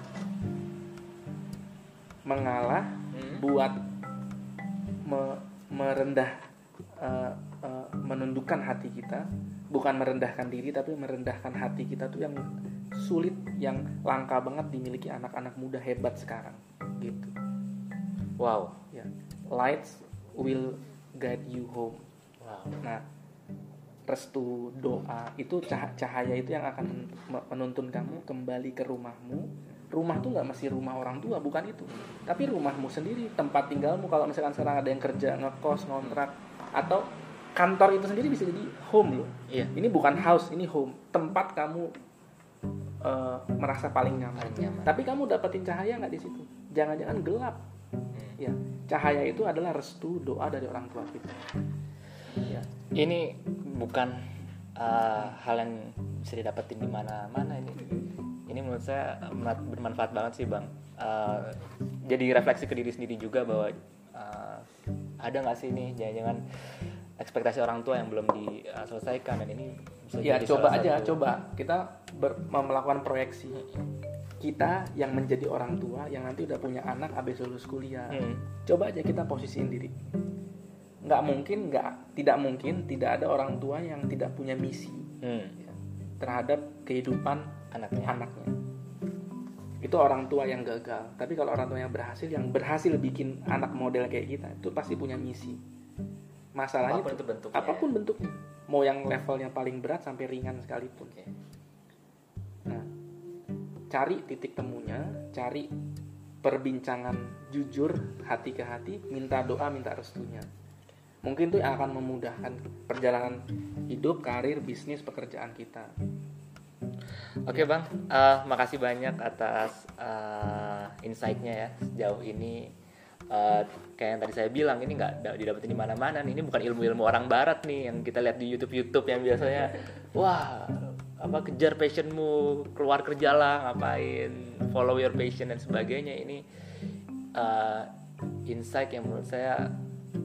mengalah, hmm. buat me- merendah, uh, uh, menundukkan hati kita. Bukan merendahkan diri, tapi merendahkan hati kita tuh yang sulit, yang langka banget dimiliki anak-anak muda hebat sekarang, gitu. Wow, ya. Lights will guide you home. Wow. Nah, restu, doa itu cah- cahaya itu yang akan menuntun kamu kembali ke rumahmu Rumah tuh nggak mesti rumah orang tua, bukan itu. Tapi rumahmu sendiri, tempat tinggalmu. Kalau misalkan sekarang ada yang kerja, ngekos, ngontrak, atau kantor itu sendiri bisa jadi home loh. Iya. Ini bukan house, ini home. Tempat kamu uh, merasa paling nyaman. Paling nyaman. Tapi kamu dapetin cahaya nggak di situ? Jangan-jangan gelap. Hmm. Ya, cahaya itu adalah restu doa dari orang tua kita. Ya. Ini bukan uh, hal yang bisa didapetin di mana-mana ini. Ini menurut saya bermanfaat banget sih Bang. Uh, jadi refleksi ke diri sendiri juga bahwa uh, ada nggak sih ini jangan-jangan ekspektasi orang tua yang belum diselesaikan, dan ini bisa ya jadi coba salah aja satu. coba kita ber, melakukan proyeksi. Kita yang menjadi orang tua yang nanti udah punya anak habis lulus kuliah. Hmm. Coba aja kita posisiin diri. Nggak mungkin, nggak tidak mungkin tidak ada orang tua yang tidak punya misi hmm. ya, terhadap kehidupan anaknya. anaknya. Itu orang tua yang gagal. Tapi kalau orang tua yang berhasil, yang berhasil bikin anak model kayak kita, itu pasti punya misi. Masalahnya apapun itu bentuknya. Apapun bentuknya. Mau yang levelnya paling berat sampai ringan sekalipun. Okay. Nah, cari titik temunya, cari perbincangan jujur hati ke hati, minta doa, minta restunya. Mungkin itu yang akan memudahkan perjalanan hidup, karir, bisnis, pekerjaan kita. Oke Bang, uh, makasih banyak atas uh, insight-nya ya sejauh ini. Uh, kayak yang tadi saya bilang, ini nggak didapetin di mana-mana nih. Ini bukan ilmu-ilmu orang Barat nih yang kita lihat di YouTube-YouTube yang biasanya, wah, apa kejar passionmu, keluar kerjalah, ngapain, follow your passion dan sebagainya. Ini uh, insight yang menurut saya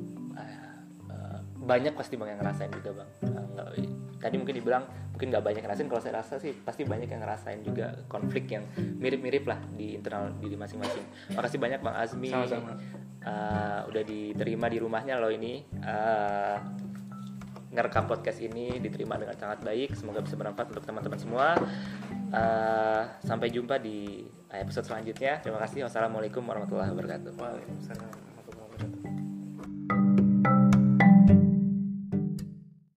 uh, banyak pasti Bang yang ngerasain juga Bang. Uh, nggak, tadi mungkin dibilang mungkin nggak banyak ngerasain, kalau saya rasa sih pasti banyak yang ngerasain juga konflik yang mirip-mirip lah di internal diri masing-masing. Makasih banyak Bang Azmi. Sama-sama. Uh, udah diterima di rumahnya loh ini, uh, ngerekam podcast ini diterima dengan sangat baik. Semoga bisa bermanfaat untuk teman-teman semua. Uh, sampai jumpa di episode selanjutnya. Terima kasih. Wassalamualaikum warahmatullahi wabarakatuh. Waalaikumsalam.